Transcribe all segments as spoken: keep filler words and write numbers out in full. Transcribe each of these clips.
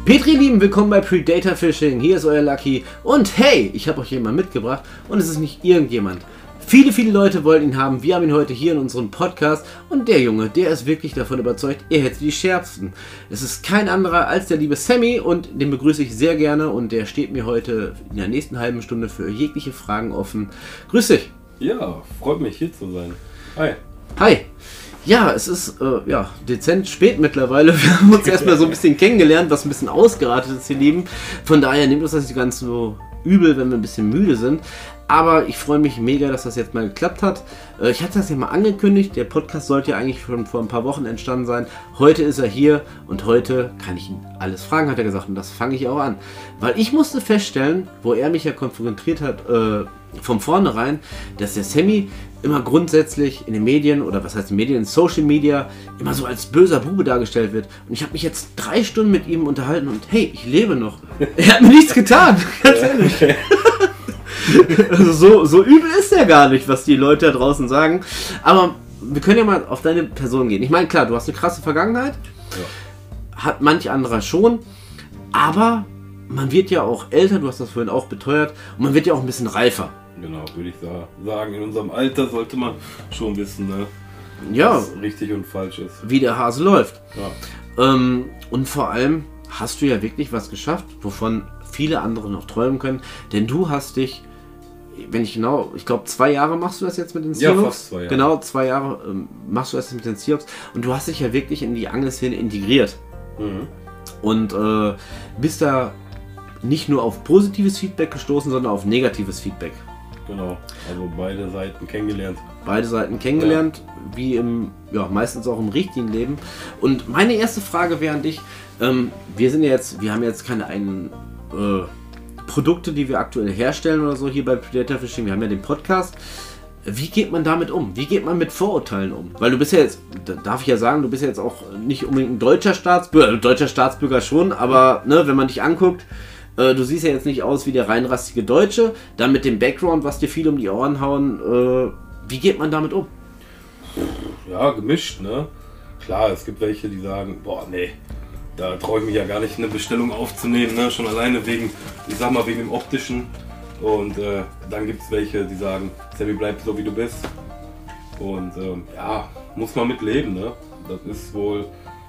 Petri, Lieben, willkommen bei Predator Fishing. Hier ist euer Lucky. Und hey, ich habe euch jemanden mitgebracht und es ist nicht irgendjemand. Viele, viele Leute wollten ihn haben. Wir haben ihn heute hier in unserem Podcast. Und der Junge, der ist wirklich davon überzeugt, er hätte die schärfsten. Es ist kein anderer als der liebe Sammy und den begrüße ich sehr gerne. Und der steht mir heute in der nächsten halben Stunde für jegliche Fragen offen. Grüß dich. Ja, freut mich hier zu sein. Hi. Hi. Ja, es ist äh, ja, dezent spät mittlerweile. Wir haben uns erstmal so ein bisschen kennengelernt, was ein bisschen ausgeartet ist, ihr Lieben. Von daher nehmt uns das nicht ganz so übel, wenn wir ein bisschen müde sind. Aber ich freue mich mega, dass das jetzt mal geklappt hat. Äh, ich hatte das ja mal angekündigt. Der Podcast sollte ja eigentlich schon vor ein paar Wochen entstanden sein. Heute ist er hier und heute kann ich ihn alles fragen, hat er gesagt. Und das fange ich auch an. Weil ich musste feststellen, wo er mich ja konfrontiert hat, äh, von vornherein, dass der Sammy immer grundsätzlich in den Medien, oder was heißt in den Medien, in Social Media, immer so als böser Bube dargestellt wird. Und ich habe mich jetzt drei Stunden mit ihm unterhalten und hey, ich lebe noch. Er hat mir nichts getan, ganz ehrlich. Also so, so übel ist er gar nicht, was die Leute da draußen sagen. Aber wir können ja mal auf deine Person gehen. Ich meine, klar, du hast eine krasse Vergangenheit, ja. Hat manch anderer schon, aber man wird ja auch älter, du hast das vorhin auch beteuert, und man wird ja auch ein bisschen reifer. Genau, würde ich sagen. In unserem Alter sollte man schon wissen, ne, ja, was richtig und falsch ist. Wie der Hase läuft. Ja. Ähm, und vor allem hast du ja wirklich was geschafft, wovon viele andere noch träumen können. Denn du hast dich, wenn ich genau, ich glaube zwei Jahre machst du das jetzt mit den Seahawks. Ja, fast zwei Jahre. Genau, zwei Jahre ähm, machst du das mit den Seahawks. Und du hast dich ja wirklich in die Angelszene integriert. Mhm. Und äh, bist da nicht nur auf positives Feedback gestoßen, sondern auf negatives Feedback. Genau, also beide Seiten kennengelernt. Beide Seiten kennengelernt, ja. Wie im, ja, meistens auch im richtigen Leben. Und meine erste Frage wäre an dich, ähm, wir sind ja jetzt, wir haben jetzt keine eigenen äh, Produkte, die wir aktuell herstellen oder so hier bei Predator Fishing, wir haben ja den Podcast. Wie geht man damit um? Wie geht man mit Vorurteilen um? Weil du bist ja jetzt, darf ich ja sagen, du bist ja jetzt auch nicht unbedingt ein deutscher Staatsbürger, also deutscher Staatsbürger schon, aber ne, wenn man dich anguckt, du siehst ja jetzt nicht aus wie der reinrassige Deutsche, dann mit dem Background, was dir viel um die Ohren hauen. Äh, wie geht man damit um? Ja, gemischt, ne? Klar, es gibt welche, die sagen, boah, nee, da traue ich mich ja gar nicht, eine Bestellung aufzunehmen, ne? Schon alleine wegen, ich sag mal, wegen dem Optischen. Und äh, dann gibt es welche, die sagen, Sammy, bleib so wie du bist. Und ähm, ja, muss man mit leben, ne? Das ist wohl...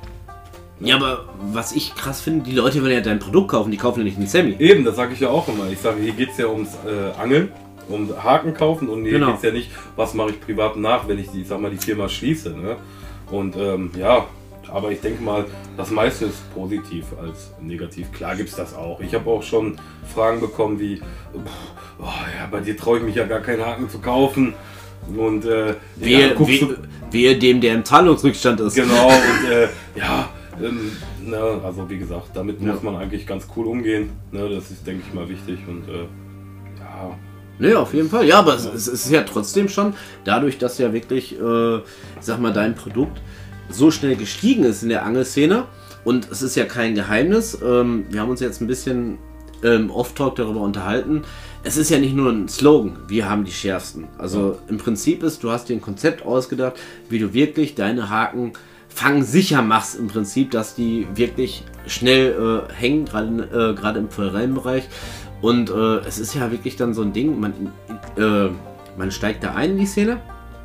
Ja, aber was ich krass finde, die Leute wollen ja dein Produkt kaufen, die kaufen ja nicht den Sammy. Eben, das sage ich ja auch immer. Ich sage, hier geht es ja ums äh, Angeln, um Haken kaufen und hier genau. geht es ja nicht, was mache ich privat nach, wenn ich die, ich sag mal, die Firma schließe. Ne? Und ähm, ja, aber ich denke mal, das meiste ist positiv als negativ. Klar gibt es das auch. Ich habe auch schon Fragen bekommen wie, oh, ja, bei dir traue ich mich ja gar keinen Haken zu kaufen. Und äh, wehe, ja, guckst wehe, du, wehe dem, der im Zahlungsrückstand ist. Genau, und äh, ja, ähm, na, also wie gesagt, damit ja. muss man eigentlich ganz cool umgehen. Ne, das ist, denke ich mal, wichtig und äh, ja. Ne, auf jeden Fall. Ja, aber ja. Es, es ist ja trotzdem schon, dadurch, dass ja wirklich, äh, sag mal, dein Produkt so schnell gestiegen ist in der Angelszene und es ist ja kein Geheimnis, ähm, wir haben uns jetzt ein bisschen ähm, Off-Talk darüber unterhalten. Es ist ja nicht nur ein Slogan, wir haben die schärfsten. Also ja. Im Prinzip ist, du hast dir ein Konzept ausgedacht, wie du wirklich deine Haken fangsicher machst im Prinzip, dass die wirklich schnell äh, hängen, gerade äh, im Forellenbereich. Und äh, es ist ja wirklich dann so ein Ding, man, äh, man steigt da ein in die Szene,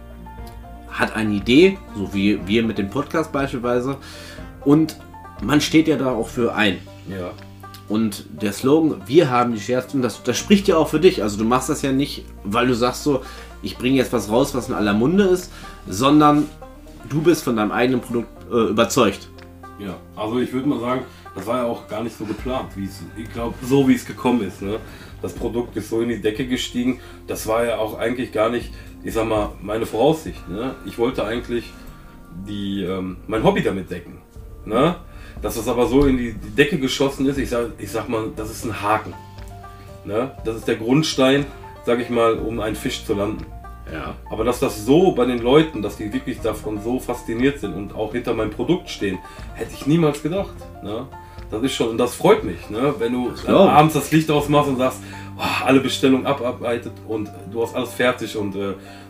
hat eine Idee, so wie wir mit dem Podcast beispielsweise, und man steht ja da auch für ein. Ja. Und der Slogan, wir haben die schärfsten, das, das spricht ja auch für dich. Also du machst das ja nicht, weil du sagst so, ich bringe jetzt was raus, was in aller Munde ist, sondern du bist von deinem eigenen Produkt äh, überzeugt. Ja, also ich würde mal sagen, das war ja auch gar nicht so geplant, wie es, ich glaube, so wie es gekommen ist. Ne? Das Produkt ist so in die Decke gestiegen, das war ja auch eigentlich gar nicht, ich sag mal, meine Voraussicht. Ne? Ich wollte eigentlich die, ähm, mein Hobby damit decken. Ne? Dass das aber so in die, die Decke geschossen ist, ich sag, ich sag mal, das ist ein Haken. Ne? Das ist der Grundstein, sag ich mal, um einen Fisch zu landen. Ja. Aber dass das so bei den Leuten, dass die wirklich davon so fasziniert sind und auch hinter meinem Produkt stehen, hätte ich niemals gedacht. Ne? Das ist schon, und das freut mich, ne? Wenn du dann abends das Licht ausmachst und sagst, oh, alle Bestellungen abarbeitet und du hast alles fertig und äh,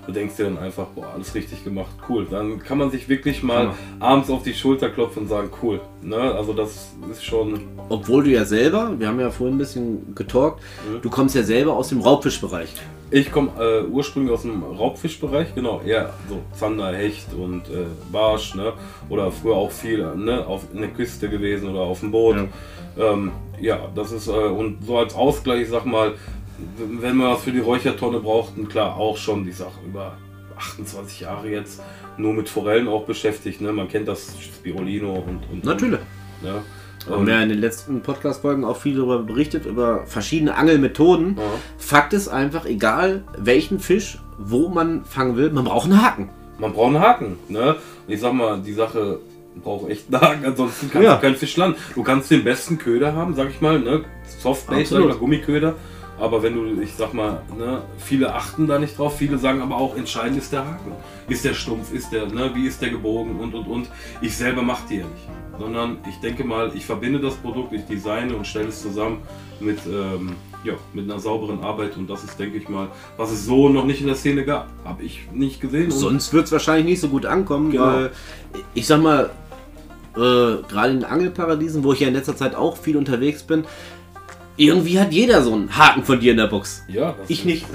du denkst dir dann einfach, boah, alles richtig gemacht, cool. Dann kann man sich wirklich mal ja. abends auf die Schulter klopfen und sagen, cool. Ne? Also das ist schon... Obwohl du ja selber, wir haben ja vorhin ein bisschen getalkt, mhm. du kommst ja selber aus dem Raubfischbereich. Ich komme äh, ursprünglich aus dem Raubfischbereich, genau, eher so Zander, Hecht und äh, Barsch, ne? Oder früher auch viel ne? auf in der Küste gewesen oder auf dem Boot. Ja, ähm, ja das ist, äh, und so als Ausgleich, ich sag mal, wenn man was für die Räuchertonne braucht, klar, auch schon, die Sache über achtundzwanzig Jahre jetzt nur mit Forellen auch beschäftigt, ne? Man kennt das Spirulino und... und Natürlich. Und, ne? Haben wir in den letzten Podcast-Folgen auch viel darüber berichtet, über verschiedene Angelmethoden. Ja. Fakt ist einfach, egal welchen Fisch, wo man fangen will, man braucht einen Haken. Man braucht einen Haken. Ne? Ich sag mal, die Sache braucht echt einen Haken, ansonsten kannst ja. du keinen Fisch landen. Du kannst den besten Köder haben, sag ich mal, ne? Softbait oder Gummiköder. Aber wenn du, ich sag mal, ne, viele achten da nicht drauf, viele sagen aber auch, entscheidend ist der Haken. Ist der stumpf, ist der, ne, wie ist der gebogen und und und. Ich selber mache die ja nicht. Sondern ich denke mal, ich verbinde das Produkt, ich designe und stelle es zusammen mit, ähm, ja, mit einer sauberen Arbeit und das ist, denke ich mal, was es so noch nicht in der Szene gab. Habe ich nicht gesehen. Sonst wird es wahrscheinlich nicht so gut ankommen, genau. weil ich sag mal, äh, gerade in den Angelparadiesen, wo ich ja in letzter Zeit auch viel unterwegs bin, irgendwie hat jeder so einen Haken von dir in der Box. Ja, das ich nicht.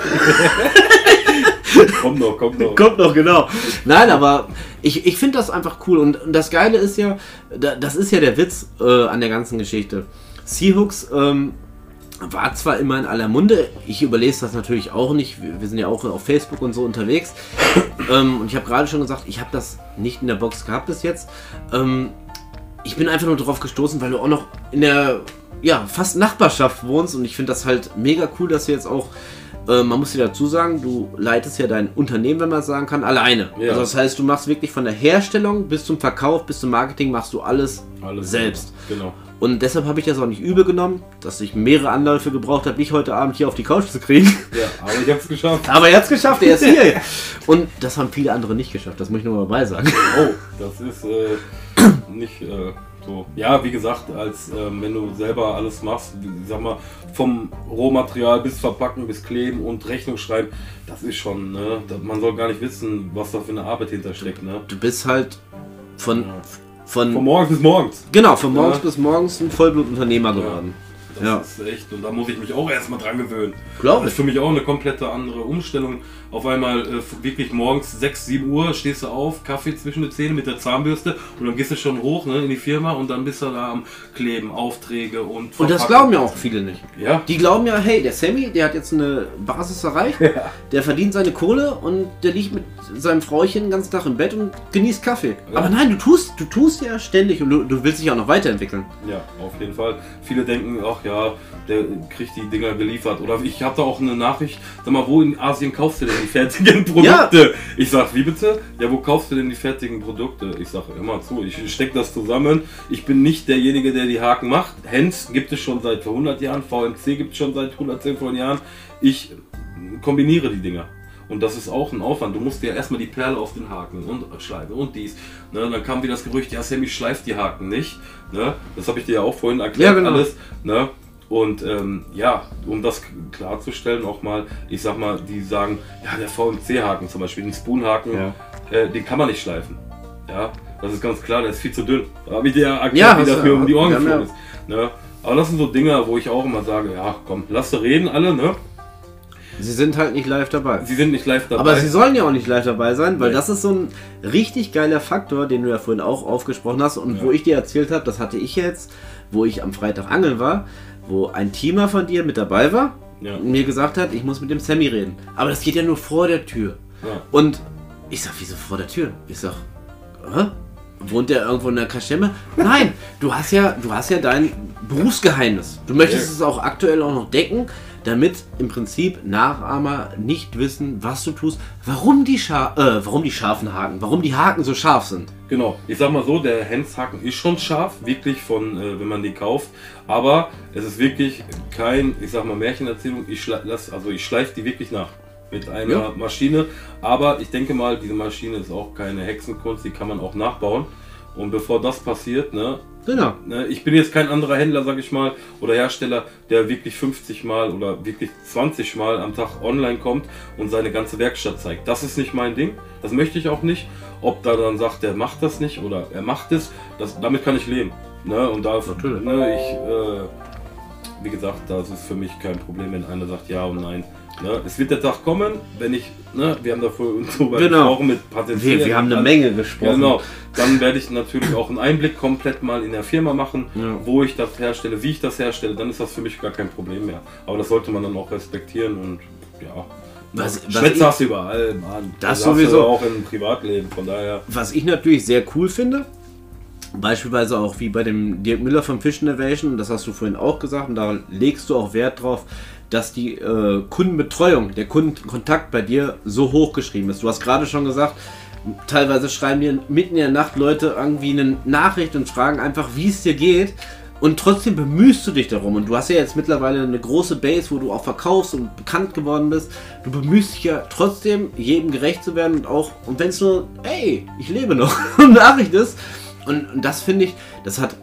Kommt noch, kommt noch. Kommt noch, genau. Nein, aber ich, ich finde das einfach cool. Und das Geile ist ja, das ist ja der Witz äh, an der ganzen Geschichte. Seahooks ähm, war zwar immer in aller Munde, ich überlese das natürlich auch nicht, wir, wir sind ja auch auf Facebook und so unterwegs. ähm, und ich habe gerade schon gesagt, ich habe das nicht in der Box gehabt bis jetzt. Ähm, ich bin einfach nur drauf gestoßen, weil du auch noch in der ja, fast Nachbarschaft wohnst und ich finde das halt mega cool, dass du jetzt auch, äh, man muss dir dazu sagen, du leitest ja dein Unternehmen, wenn man es sagen kann, alleine. Ja. Also das heißt, du machst wirklich von der Herstellung bis zum Verkauf, bis zum Marketing, machst du alles, alles selbst. Genau. Und deshalb habe ich das auch nicht übel genommen, dass ich mehrere Anläufe gebraucht habe, dich heute Abend hier auf die Couch zu kriegen. Ja, aber ich habe es geschafft. Aber er hat es geschafft, er ist hier. Und das haben viele andere nicht geschafft, das muss ich nur mal dabei sagen. Oh, das ist äh, nicht... Äh So. Ja, wie gesagt, als ähm, wenn du selber alles machst, ich sag mal, vom Rohmaterial bis Verpacken, bis Kleben und Rechnung schreiben, das ist schon, ne, man soll gar nicht wissen, was da für eine Arbeit hintersteckt. Ne? Du bist halt von, ja. von... Von morgens bis morgens. Genau, von morgens ja. bis morgens ein Vollblutunternehmer geworden. Ja. Das ja. ist echt, und da muss ich mich auch erstmal dran gewöhnen. Glaube Das ist für mich auch eine komplette andere Umstellung. Auf einmal äh, wirklich morgens sechs, sieben Uhr stehst du auf, Kaffee zwischen den Zähnen mit der Zahnbürste und dann gehst du schon hoch, ne, in die Firma und dann bist du da am Kleben, Aufträge und... Und das glauben ja auch viele nicht. Ja. Die glauben ja, hey, der Sammy, der hat jetzt eine Basis erreicht, ja. der verdient seine Kohle und der liegt mit seinem Frauchen den ganzen Tag im Bett und genießt Kaffee. Ja. Aber nein, du tust, du tust ja ständig und du, du willst dich auch noch weiterentwickeln. Ja, auf jeden Fall. Viele denken, ach ja, der kriegt die Dinger geliefert. Oder ich habe da auch eine Nachricht, sag mal, wo in Asien kaufst du denn die fertigen Produkte? Ja. Ich sag, wie bitte? Ja, wo kaufst du denn die fertigen Produkte? Ich sag, immer zu, ich stecke das zusammen. Ich bin nicht derjenige, der die Haken macht. Hens gibt es schon seit hundert Jahren, V M C gibt es schon seit hundertzehn von Jahren. Ich kombiniere die Dinger. Und das ist auch ein Aufwand. Du musst dir erstmal die Perle auf den Haken und Schleife und dies. Ne, dann kam wieder das Gerücht, ja, Sammy schleift die Haken nicht. Ne, das habe ich dir ja auch vorhin erklärt, ja, genau. alles. Ne? Und ähm, ja, um das klarzustellen auch mal, ich sag mal, die sagen, ja, der V M C-Haken zum Beispiel, den Spoon-Haken, ja. äh, den kann man nicht schleifen. Ja, das ist ganz klar, der ist viel zu dünn. Da habe ich dir ja erklärt, ja, wie das mir um die Ohren geflogen ist. Ne? Aber das sind so Dinge, wo ich auch immer sage, ja komm, lass sie reden alle, ne? Sie sind halt nicht live dabei. Sie sind nicht live dabei. Aber sie sollen ja auch nicht live dabei sein, weil nee. das ist so ein richtig geiler Faktor, den du ja vorhin auch aufgesprochen hast und ja. wo ich dir erzählt habe, das hatte ich jetzt, wo ich am Freitag angeln war, wo ein Teamer von dir mit dabei war ja. und mir gesagt hat, ich muss mit dem Sammy reden. Aber das geht ja nur vor der Tür. Ja. Und ich sag, wieso vor der Tür? Ich sag, hä? Wohnt der irgendwo in der Kaschemme? Nein, du hast ja, du hast ja dein Berufsgeheimnis. Du möchtest ja. es auch aktuell auch noch decken, damit im Prinzip Nachahmer nicht wissen, was du tust, warum die, Scha äh, warum die scharfen Haken, warum die Haken so scharf sind. Genau, ich sag mal so, der Hens-Haken ist schon scharf, wirklich von, äh, wenn man die kauft, aber es ist wirklich kein, ich sag mal, Märchenerzählung, ich, lass, also ich schleife die wirklich nach mit einer ja. Maschine, aber ich denke mal, diese Maschine ist auch keine Hexenkunst, die kann man auch nachbauen. Und bevor das passiert, ne, Genau. ne, ich bin jetzt kein anderer Händler, sag ich mal, oder Hersteller, der wirklich fünfzig Mal oder wirklich zwanzig Mal am Tag online kommt und seine ganze Werkstatt zeigt. Das ist nicht mein Ding, das möchte ich auch nicht. Ob da dann sagt, der macht das nicht oder er macht es, das, damit kann ich leben. Ne? Und da, Natürlich. Ne, ich, äh, wie gesagt, das ist für mich kein Problem, wenn einer sagt ja und nein. Ne? Es wird der Tag kommen, wenn ich, ne, wir haben da vorhin drüber Genau. gesprochen mit Patienten. Wir, wir haben eine Menge gesprochen. Genau, dann werde ich natürlich auch einen Einblick komplett mal in der Firma machen, Ja. wo ich das herstelle, wie ich das herstelle, dann ist das für mich gar kein Problem mehr. Aber das sollte man dann auch respektieren und ja. Was, was Schwätze ich, hast du überall, Mann. Das hast du sowieso. auch im Privatleben, von daher. was ich natürlich sehr cool finde, beispielsweise auch wie bei dem Dirk Müller vom Fish Innovation, das hast du vorhin auch gesagt, und da legst du auch Wert drauf, dass die äh, Kundenbetreuung, der Kundenkontakt bei dir so hoch geschrieben ist. Du hast gerade schon gesagt, teilweise schreiben dir mitten in der Nacht Leute irgendwie eine Nachricht und fragen einfach, wie es dir geht. Und trotzdem bemühst du dich darum. Und du hast ja jetzt mittlerweile eine große Base, wo du auch verkaufst und bekannt geworden bist. Du bemühst dich ja trotzdem, jedem gerecht zu werden. Und auch, und wenn es nur, ey, ich lebe noch, eine Nachricht ist. Und, und das finde ich, das hat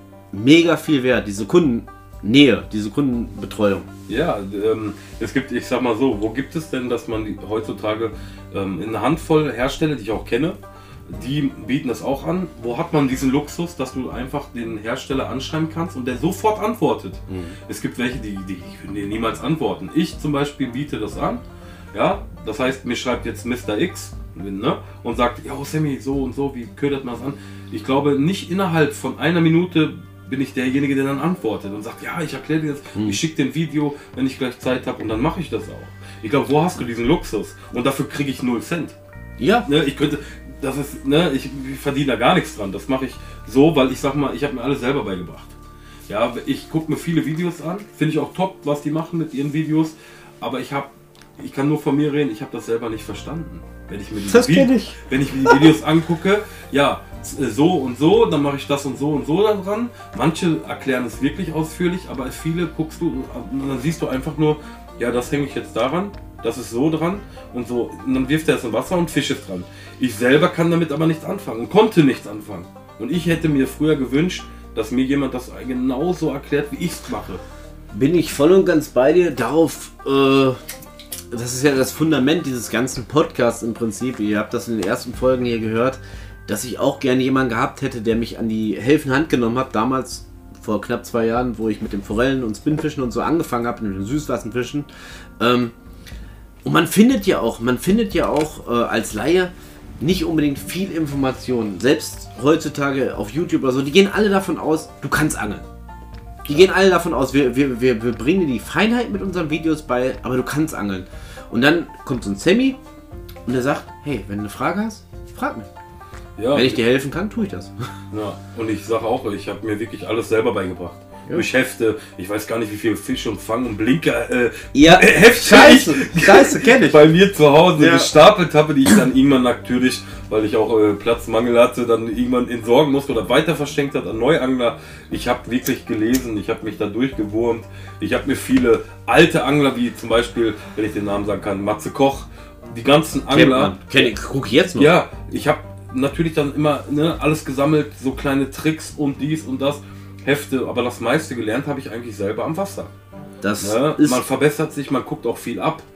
mega viel Wert, diese Kundennähe, diese Kundenbetreuung. Ja, ähm, es gibt, ich sag mal so, wo gibt es denn, dass man die, heutzutage ähm, eine Handvoll Hersteller, die ich auch kenne, die bieten das auch an. Wo hat man diesen Luxus, dass du einfach den Hersteller anschreiben kannst und der sofort antwortet? Mhm. Es gibt welche, die, die ich würde dir niemals antworten. Ich zum Beispiel biete das an. Ja, das heißt, mir schreibt jetzt Mister X, ne, und sagt, ja, Sammy, so und so, wie ködert man das an? Ich glaube, nicht innerhalb von einer Minute bin ich derjenige, der dann antwortet und sagt, ja, ich erkläre dir das, mhm. ich schicke dir ein Video, wenn ich gleich Zeit habe, und dann mache ich das auch. Ich glaube, wo hast du diesen Luxus? Und dafür kriege ich null Cent. Ja. Ne, ich könnte, das ist, ne, ich, ich verdiene da gar nichts dran. Das mache ich so, weil ich sag mal, ich habe mir alles selber beigebracht. Ja, ich gucke mir viele Videos an, finde ich auch top, was die machen mit ihren Videos, aber ich habe, ich kann nur von mir reden, ich habe das selber nicht verstanden. Wenn ich mir die, das Vi- ich. wenn ich mir die Videos angucke, ja, so und so, dann mache ich das und so und so da dran. Manche erklären es wirklich ausführlich, aber viele guckst du und dann siehst du einfach nur, ja, das hänge ich jetzt daran, das ist so dran und so. Und dann wirft er es in Wasser und Fisch ist dran. Ich selber kann damit aber nichts anfangen und konnte nichts anfangen. Und ich hätte mir früher gewünscht, dass mir jemand das genauso erklärt, wie ich es mache. Bin ich voll und ganz bei dir. Darauf, äh, das ist ja das Fundament dieses ganzen Podcasts im Prinzip. Ihr habt das in den ersten Folgen hier gehört, dass ich auch gerne jemanden gehabt hätte, der mich an die helfende Hand genommen hat. Damals, vor knapp zwei Jahren, wo ich mit dem Forellen und Spinnfischen und so angefangen habe, mit dem Süßwasserfischen. Ähm, und man findet ja auch, man findet ja auch äh, als Laie nicht unbedingt viel Information. Selbst heutzutage auf YouTube oder so, die gehen alle davon aus, du kannst angeln. Die gehen alle davon aus, wir, wir, wir, wir bringen dir die Feinheit mit unseren Videos bei, aber du kannst angeln. Und dann kommt so ein Sammy und der sagt, hey, wenn du eine Frage hast, frag mich. Ja, wenn ich dir helfen kann, tue ich das. Ja, und ich sage auch, ich habe mir wirklich alles selber beigebracht. Ja. Durch Hefte, ich weiß gar nicht, wie viel Fisch und Fang und Blinker, äh, Ja, äh, Hefte scheiße, ich scheiße, kenn ich. bei mir zu Hause Ja. gestapelt habe, die ich dann irgendwann natürlich, weil ich auch äh, Platzmangel hatte, dann irgendwann entsorgen musste oder weiter verschenkt hat an Neuangler. Ich habe wirklich gelesen, ich habe mich da durchgewurmt. Ich habe mir viele alte Angler, wie zum Beispiel, wenn ich den Namen sagen kann, Matze Koch, die ganzen Angler. Kenn ich, guck ich jetzt noch. Ja, ich habe natürlich dann immer, ne, alles gesammelt, so kleine Tricks und dies und das, Hefte, aber das meiste gelernt habe ich eigentlich selber am Wasser. Das, Ne? ist, Man verbessert sich, man guckt auch viel ab,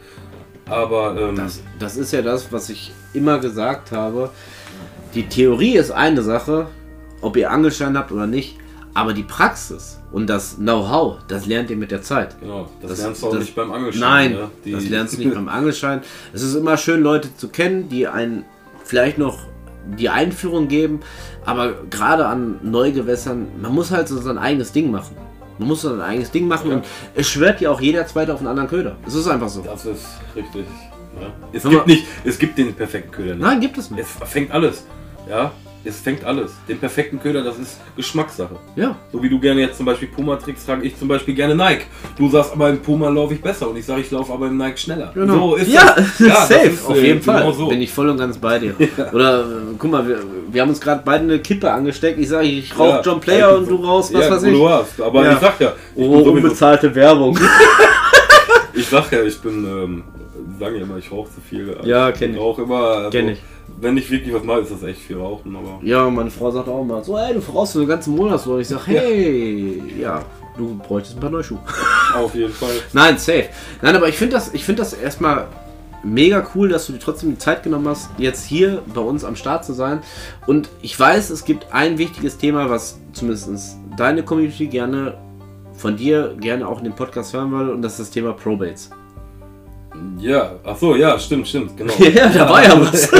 aber ähm, das, das ist ja das, was ich immer gesagt habe. Die Theorie ist eine Sache, ob ihr Angelschein habt oder nicht, aber die Praxis und das Know-how, das lernt ihr mit der Zeit. genau, das, Das- lernst du auch das- nicht beim Angelschein. Nein, ne? Die- das lernst du nicht beim Angelschein. Es ist immer schön, Leute zu kennen, die einen vielleicht noch die Einführung geben, aber gerade an Neugewässern, man muss halt so sein eigenes Ding machen. Man muss so sein eigenes Ding machen Ja. und es schwört ja auch jeder Zweite auf einen anderen Köder. Es ist einfach so. Das ist richtig. Ne? Es Sag gibt mal- nicht, es gibt den perfekten Köder nicht. Nein, gibt es nicht. Es fängt alles. Ja, es fängt alles. Den perfekten Köder, das ist Geschmackssache. Ja, So wie du gerne jetzt zum Beispiel Puma-Tricks trage, ich zum Beispiel gerne Nike. Du sagst aber im Puma laufe ich besser und ich sage, ich laufe aber im Nike schneller. So ist ja, das. Ja, das safe, ist, auf äh, jeden Fall. genau so. Bin ich voll und ganz bei dir. Oder, äh, guck mal, wir, wir haben uns gerade beide eine Kippe angesteckt. Ich sage, ich rauche Ja, John Player und du rauchst, was ja, weiß wo ich. du hast. Aber Ja. ich sag ja, ich Oh, bin sowieso, unbezahlte Werbung. ich sag ja, ich bin, ähm, sagen ja immer, ich rauche zu viel. Ja, kenn ich. ich. rauche immer, also, Kenn ich. wenn ich wirklich was mache, ist das echt viel Rauchen. Aber ja, meine Frau sagt auch immer so, ey, du verrauchst so den ganzen Monat so. Und ich sag, hey, ja, du bräuchtest ein paar neue Schuhe. Auf jeden Fall. Nein, safe. Nein, aber ich finde das, ich finde das erstmal mega cool, dass du dir trotzdem die Zeit genommen hast, jetzt hier bei uns am Start zu sein. Und ich weiß, es gibt ein wichtiges Thema, was zumindest deine Community gerne von dir gerne auch in dem Podcast hören will, und das ist das Thema Probates. Ja, ach so, ja, stimmt, stimmt, genau. Ja, da war ja was.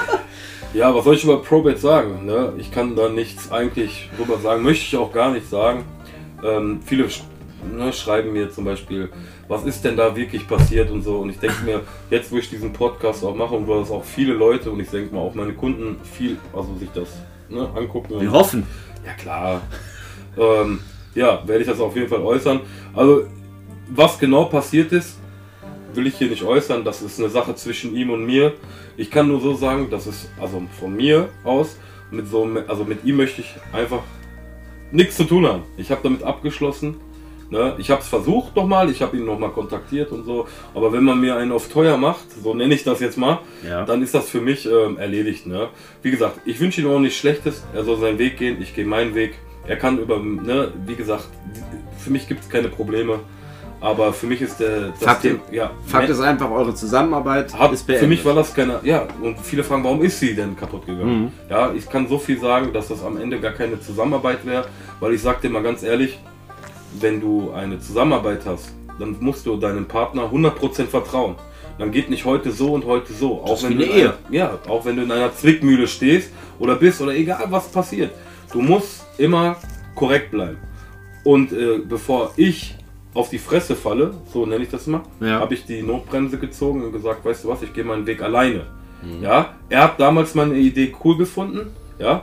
Ja, was soll ich über Probate sagen? Ne? Ich kann da nichts eigentlich drüber sagen, möchte ich auch gar nicht sagen. Ähm, viele ne, schreiben mir zum Beispiel, was ist denn da wirklich passiert und so. Und ich denke mir, jetzt wo ich diesen Podcast auch mache und wo das auch viele Leute und ich denke mal auch meine Kunden viel, also sich das ne, angucken. Wir hoffen. Ja klar. ähm, ja, werde ich das auf jeden Fall äußern. Also, was genau passiert ist, will ich hier nicht äußern. Das ist eine Sache zwischen ihm und mir. Ich kann nur so sagen, dass es also von mir aus mit so, also mit ihm möchte ich einfach nichts zu tun haben. Ich habe damit abgeschlossen. Ne? Ich habe es versucht nochmal, ich habe ihn nochmal kontaktiert und so. Aber wenn man mir einen auf teuer macht, so nenne ich das jetzt mal, ja. dann ist das für mich ähm, erledigt. Ne? Wie gesagt, ich wünsche ihm auch nichts Schlechtes. Er soll seinen Weg gehen, ich gehe meinen Weg. Er kann über, ne, wie gesagt, für mich gibt es keine Probleme. Aber für mich ist der das Fakt, Thema, ja, Fakt ist einfach, eure Zusammenarbeit hat, ist beendet. für mich war das keine, ja, und viele fragen, warum ist sie denn kaputt gegangen? Mhm. Ja, ich kann so viel sagen, dass das am Ende gar keine Zusammenarbeit wäre, weil ich sag dir mal ganz ehrlich, wenn du eine Zusammenarbeit hast, dann musst du deinem Partner hundert Prozent vertrauen. Dann geht nicht heute so und heute so. Auch das ist wenn wie du eine in Ehe. einer, ja, auch wenn du in einer Zwickmühle stehst oder bist oder egal was passiert. Du musst immer korrekt bleiben. Und äh, bevor ich auf die Fresse falle, so nenne ich das mal, ja. habe ich die Notbremse gezogen und gesagt, weißt du was, ich gehe meinen Weg alleine. Mhm. Ja, er hat damals meine Idee cool gefunden. Ja,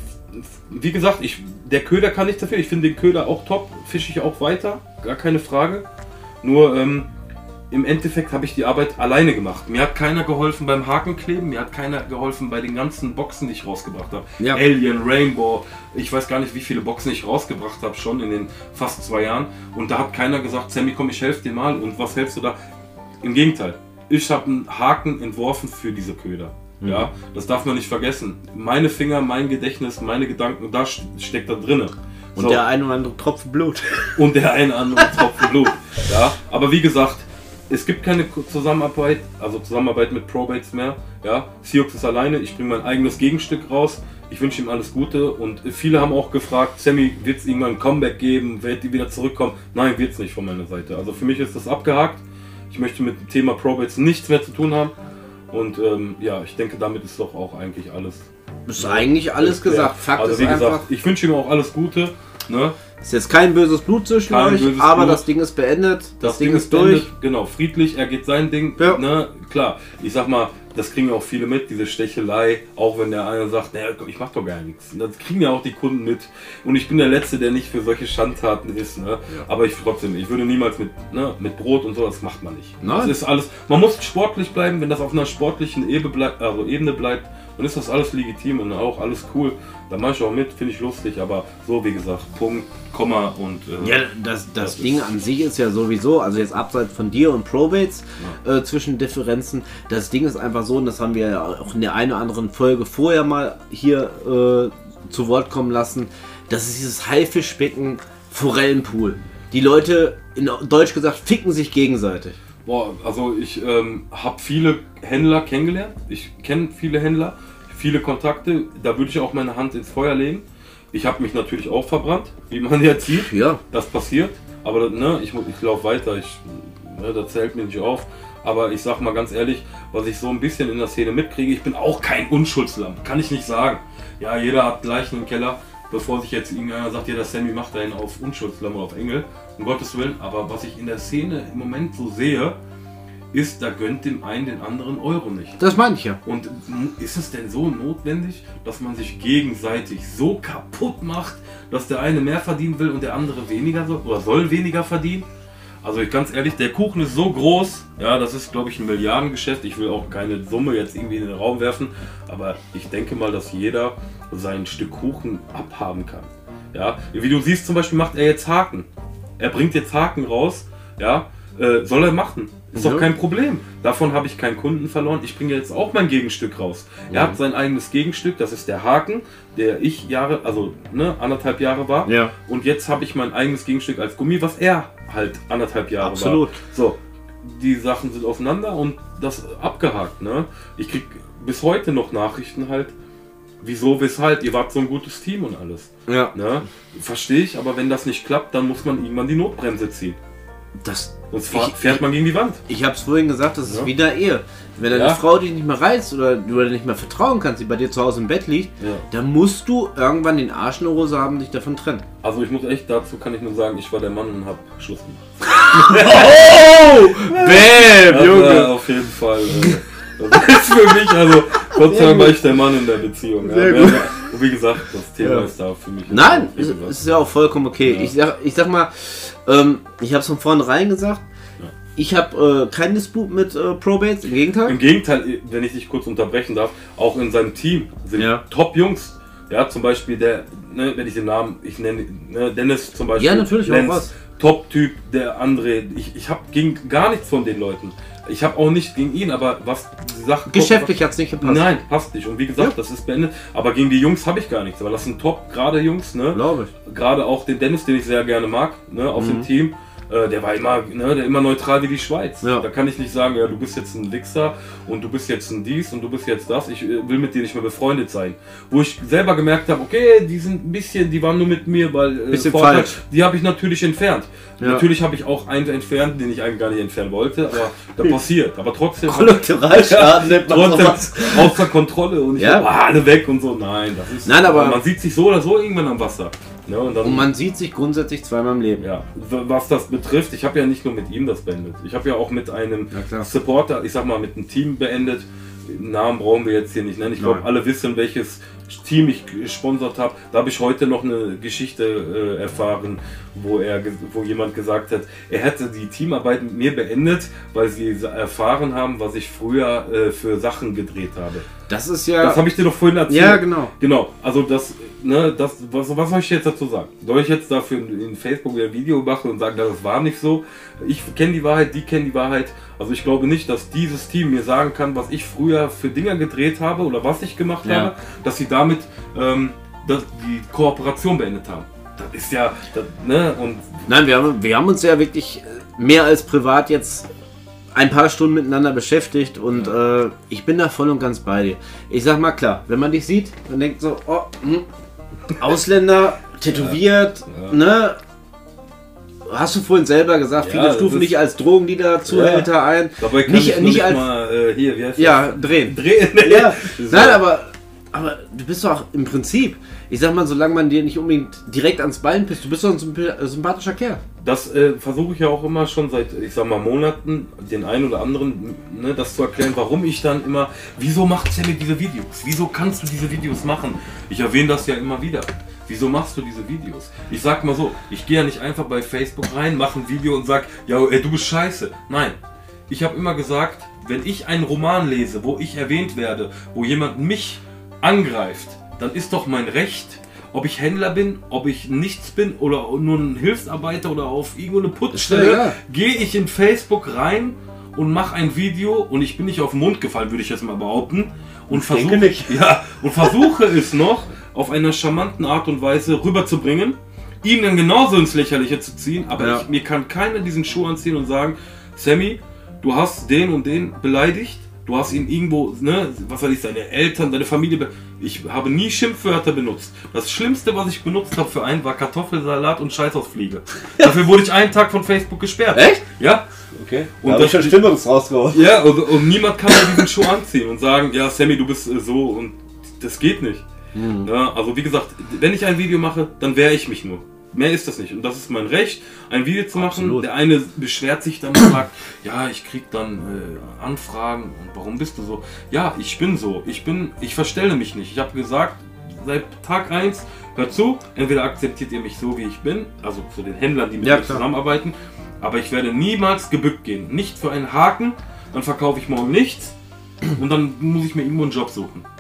wie gesagt, ich, der Köder kann nichts dafür. Ich finde den Köder auch top, fische ich auch weiter, gar keine Frage. Nur ähm, im Endeffekt habe ich die Arbeit alleine gemacht. Mir hat keiner geholfen beim Hakenkleben, mir hat keiner geholfen bei den ganzen Boxen, die ich rausgebracht habe. Ja. Alien, Rainbow, ich weiß gar nicht, wie viele Boxen ich rausgebracht habe, schon in den fast zwei Jahren. Und da hat keiner gesagt, Sammy, komm, ich helfe dir mal. Und was helfst du da? Im Gegenteil, ich habe einen Haken entworfen für diese Köder. Mhm. Ja, das darf man nicht vergessen. Meine Finger, mein Gedächtnis, meine Gedanken, da steckt da drin. Und so. der ein oder andere Tropfen Blut. Und der ein oder andere Tropfen Blut. Ja, aber wie gesagt, es gibt keine Zusammenarbeit, also Zusammenarbeit mit Probates mehr. Ja, Sioux ist alleine, ich bringe mein eigenes Gegenstück raus. Ich wünsche ihm alles Gute und viele haben auch gefragt, Sammy, wird es irgendwann ein Comeback geben, wird die wieder zurückkommen? Nein, wird es nicht von meiner Seite. Also für mich ist das abgehakt. Ich möchte mit dem Thema Probates nichts mehr zu tun haben. Und ähm, ja, ich denke, damit ist doch auch eigentlich alles. Ist eigentlich alles gesagt. Fakt also ist wie einfach, gesagt, ich wünsche ihm auch alles Gute. Ne? Ist jetzt kein böses Blut zwischen Kein euch, böses aber Blut. das Ding ist beendet. Das, Das Ding, Ding ist durch. beendet. Genau, friedlich, er geht sein Ding. Ja. Ne? Klar, ich sag mal, das kriegen ja auch viele mit, diese Stechelei. Auch wenn der eine sagt, naja, ich mach doch gar nichts. Das kriegen ja auch die Kunden mit. Und ich bin der Letzte, der nicht für solche Schandtaten ist. Ne? Ja. Aber ich trotzdem, ich würde niemals mit, ne, mit Brot und so, das macht man nicht. Nein. Das ist alles, man muss sportlich bleiben, wenn das auf einer sportlichen Ebene bleibt, also Ebene bleibt, dann ist das alles legitim und auch alles cool. Da mache ich auch mit, finde ich lustig, aber so wie gesagt, Punkt, Komma und... Äh, Ja, das, das, das Ding ist- an sich ist ja sowieso, also jetzt abseits von dir und Probates, äh, zwischen Differenzen, das Ding ist einfach so, und das haben wir ja auch in der einen oder anderen Folge vorher mal hier äh, zu Wort kommen lassen, das ist dieses Haifischbecken Forellenpool. Die Leute, in Deutsch gesagt, ficken sich gegenseitig. Boah, also ich ähm, habe viele Händler kennengelernt. Ich kenne viele Händler, viele Kontakte. Da würde ich auch meine Hand ins Feuer legen. Ich habe mich natürlich auch verbrannt, wie man jetzt sieht. Ja. Das passiert. Aber ne, ich, ich laufe weiter. Ich, ne, das zählt mir nicht auf. Aber ich sag mal ganz ehrlich, was ich so ein bisschen in der Szene mitkriege, ich bin auch kein Unschuldslamm. Kann ich nicht sagen. Ja, jeder hat gleich einen Keller. Bevor sich jetzt irgendeiner sagt, ja, der Sammy macht einen auf Unschuldslamm oder auf Engel. Um Gottes Willen. Aber was ich in der Szene im Moment so sehe, ist, da gönnt dem einen den anderen Euro nicht. Das meine ich ja. Und ist es denn so notwendig, dass man sich gegenseitig so kaputt macht, dass der eine mehr verdienen will und der andere weniger soll oder soll weniger verdienen? Also ich ganz ehrlich, der Kuchen ist so groß, ja, das ist glaube ich ein Milliardengeschäft. Ich will auch keine Summe jetzt irgendwie in den Raum werfen, aber ich denke mal, dass jeder sein Stück Kuchen abhaben kann. Ja, wie du siehst zum Beispiel macht er jetzt Haken. Er bringt jetzt Haken raus, ja, äh, soll er machen. Ist Ja. doch kein Problem. Davon habe ich keinen Kunden verloren. Ich bringe jetzt auch mein Gegenstück raus. Er Ja. hat sein eigenes Gegenstück, das ist der Haken, der ich Jahre, also ne, anderthalb Jahre war. Ja. Und jetzt habe ich mein eigenes Gegenstück als Gummi, was er halt anderthalb Jahre Absolut. war. So, die Sachen sind aufeinander und das abgehakt. Ne? Ich krieg bis heute noch Nachrichten halt, wieso, weshalb, ihr wart so ein gutes Team und alles. Ja. Ne? Verstehe ich, aber wenn das nicht klappt, dann muss man irgendwann die Notbremse ziehen. Das, Sonst fahr- Ich- fährt man gegen die Wand. ich habe es vorhin gesagt, das ist Ja. wieder Ehe. Wenn deine Ja. Frau dich nicht mehr reizt oder du dir nicht mehr vertrauen kannst, die bei dir zu Hause im Bett liegt, Ja. dann musst du irgendwann den Arsch in der Hose haben, dich davon trennen. Also ich muss echt, dazu kann ich nur sagen, ich war der Mann und hab Schluss gemacht. Oh! Bäm, Das war Junge! auf jeden Fall. Äh, das ist für mich, also Gott sei Dank war ich der Mann in der Beziehung. Ja. Sehr gut. Und wie gesagt, das Thema Ja. ist da für mich. Nein, wie es gesagt. es ist ja auch vollkommen okay. Ja. Ich, sag, ich sag mal, ähm, ich habe es von vornherein gesagt, Ja. ich habe äh, keinen Disput mit äh, Probates, im Gegenteil. Im Gegenteil, wenn ich dich kurz unterbrechen darf, auch in seinem Team sind Ja. Top-Jungs. Ja, zum Beispiel der, ne, wenn ich den Namen, ich nenne ne, Dennis zum Beispiel. Ja, natürlich, auch Lenz, was. Top-Typ, der André. Ich, ich habe gegen gar nichts von den Leuten. Ich habe auch nicht gegen ihn, aber was die Sachen. Geschäftlich hat es nicht gepasst. Nein, passt nicht. Und wie gesagt, Ja. das ist beendet. Aber gegen die Jungs habe ich gar nichts. Aber das sind top, gerade Jungs, ne? Glaube ich. Gerade auch den Dennis, den ich sehr gerne mag, ne? Aus Mhm. dem Team. Äh, der war immer, ne, der immer neutral wie die Schweiz. Ja. Da kann ich nicht sagen, ja, du bist jetzt ein Wichser und du bist jetzt ein dies und du bist jetzt das. Ich äh, will mit dir nicht mehr befreundet sein. Wo ich selber gemerkt habe, okay, die sind ein bisschen, die waren nur mit mir, weil äh, Bisschen Vorteil- falsch. die habe ich natürlich entfernt. Ja. Natürlich habe ich auch einen entfernt, den ich eigentlich gar nicht entfernen wollte, aber da passiert. Aber trotzdem. Kollateralschaden nennt man Trotzdem sowas. außer Kontrolle und ich Ja. hab, ah, alle weg und so. Nein, das ist. Nein, aber- man sieht sich so oder so irgendwann am Wasser. Ne, und dann, Und man sieht sich grundsätzlich zweimal im Leben. ja, was das betrifft, ich habe ja nicht nur mit ihm das beendet. Ich habe ja auch mit einem Ja, klar. Supporter, ich sag mal, mit einem Team beendet. Namen brauchen wir jetzt hier nicht nennen. Ich glaube, Nein. alle wissen, welches Team ich gesponsert habe. Da habe ich heute noch eine Geschichte äh, erfahren, wo er, ge- wo jemand gesagt hat, er hätte die Teamarbeit mit mir beendet, weil sie erfahren haben, was ich früher äh, für Sachen gedreht habe. Das ist ja. Das habe ich dir doch vorhin erzählt. Ja, genau. Genau, also das, ne, das, was, was soll ich jetzt dazu sagen? Soll ich jetzt dafür in Facebook ein Video machen und sagen, das war nicht so? Ich kenne die Wahrheit, die kennen die Wahrheit. Also ich glaube nicht, dass dieses Team mir sagen kann, was ich früher für Dinger gedreht habe oder was ich gemacht Ja. habe, dass sie damit ähm, das, die Kooperation beendet haben. Das ist ja, das, ne, und Nein, wir haben, wir haben uns ja wirklich äh, mehr als privat jetzt ein paar Stunden miteinander beschäftigt und äh, ich bin da voll und ganz bei dir. Ich sag mal klar, wenn man dich sieht und denkt so, oh, hm, Ausländer, tätowiert, Ja. ne? Hast du vorhin selber gesagt, Ja, viele das stufen ist- dich als Drogendealer-Zuhälter ein. dabei kann Nicht- ich nur nicht nicht als- mal äh, hier, wie heißt Ja, drehen. das? Drehen. Ja, So. nein, aber, aber du bist doch auch im Prinzip, ich sag mal, solange man dir nicht unbedingt direkt ans Bein pisst, du bist doch ein symp- sympathischer Kerl. Das äh, versuche ich ja auch immer schon seit, ich sag mal, Monaten, den einen oder anderen, ne, das zu erklären, warum ich dann immer, wieso macht Sammy diese Videos? Wieso kannst du diese Videos machen? Ich erwähne das ja immer wieder. Wieso machst du diese Videos? Ich sag mal so, ich gehe ja nicht einfach bei Facebook rein, mache ein Video und sag, ja, ey, du bist scheiße. Nein. Ich habe immer gesagt, wenn ich einen Roman lese, wo ich erwähnt werde, wo jemand mich angreift, dann ist doch mein Recht, ob ich Händler bin, ob ich nichts bin oder nur ein Hilfsarbeiter oder auf irgendwo eine Ist Putzstelle, egal. gehe ich in Facebook rein und mache ein Video und ich bin nicht auf den Mund gefallen, würde ich jetzt mal behaupten. Und Ich denke versuche nicht. ja, und versuche es noch auf einer charmanten Art und Weise rüberzubringen, ihn dann genauso ins Lächerliche zu ziehen, aber Ja. ich, mir kann keiner diesen Schuh anziehen und sagen, Sammy, du hast den und den beleidigt, du hast ihn irgendwo, ne, was weiß ich, seine Eltern, deine Familie, be ich habe nie Schimpfwörter benutzt. Das Schlimmste, was ich benutzt habe für einen, war Kartoffelsalat und Scheißausfliege. Dafür wurde ich einen Tag von Facebook gesperrt. Echt? Ja. Okay. Und Und das- das schon Stimmungs rausgehauen. Ja, und, und niemand kann mir diesen Schuh anziehen und sagen, ja, Sammy, du bist äh, so und das geht nicht. Mhm. Ja, also wie gesagt, wenn ich ein Video mache, dann wehre ich mich nur. Mehr ist das nicht. Und das ist mein Recht, ein Video zu machen. Absolut. Der eine beschwert sich dann und sagt, ja, ich krieg dann äh, Anfragen und warum bist du so? Ja, ich bin so. Ich bin, ich verstelle mich nicht. Ich habe gesagt, seit Tag eins, hört zu, entweder akzeptiert ihr mich so, wie ich bin, also zu den Händlern, die mit Ja, mir klar. zusammenarbeiten, aber ich werde niemals gebückt gehen. Nicht für einen Haken, dann verkaufe ich morgen nichts und dann muss ich mir irgendwo einen Job suchen.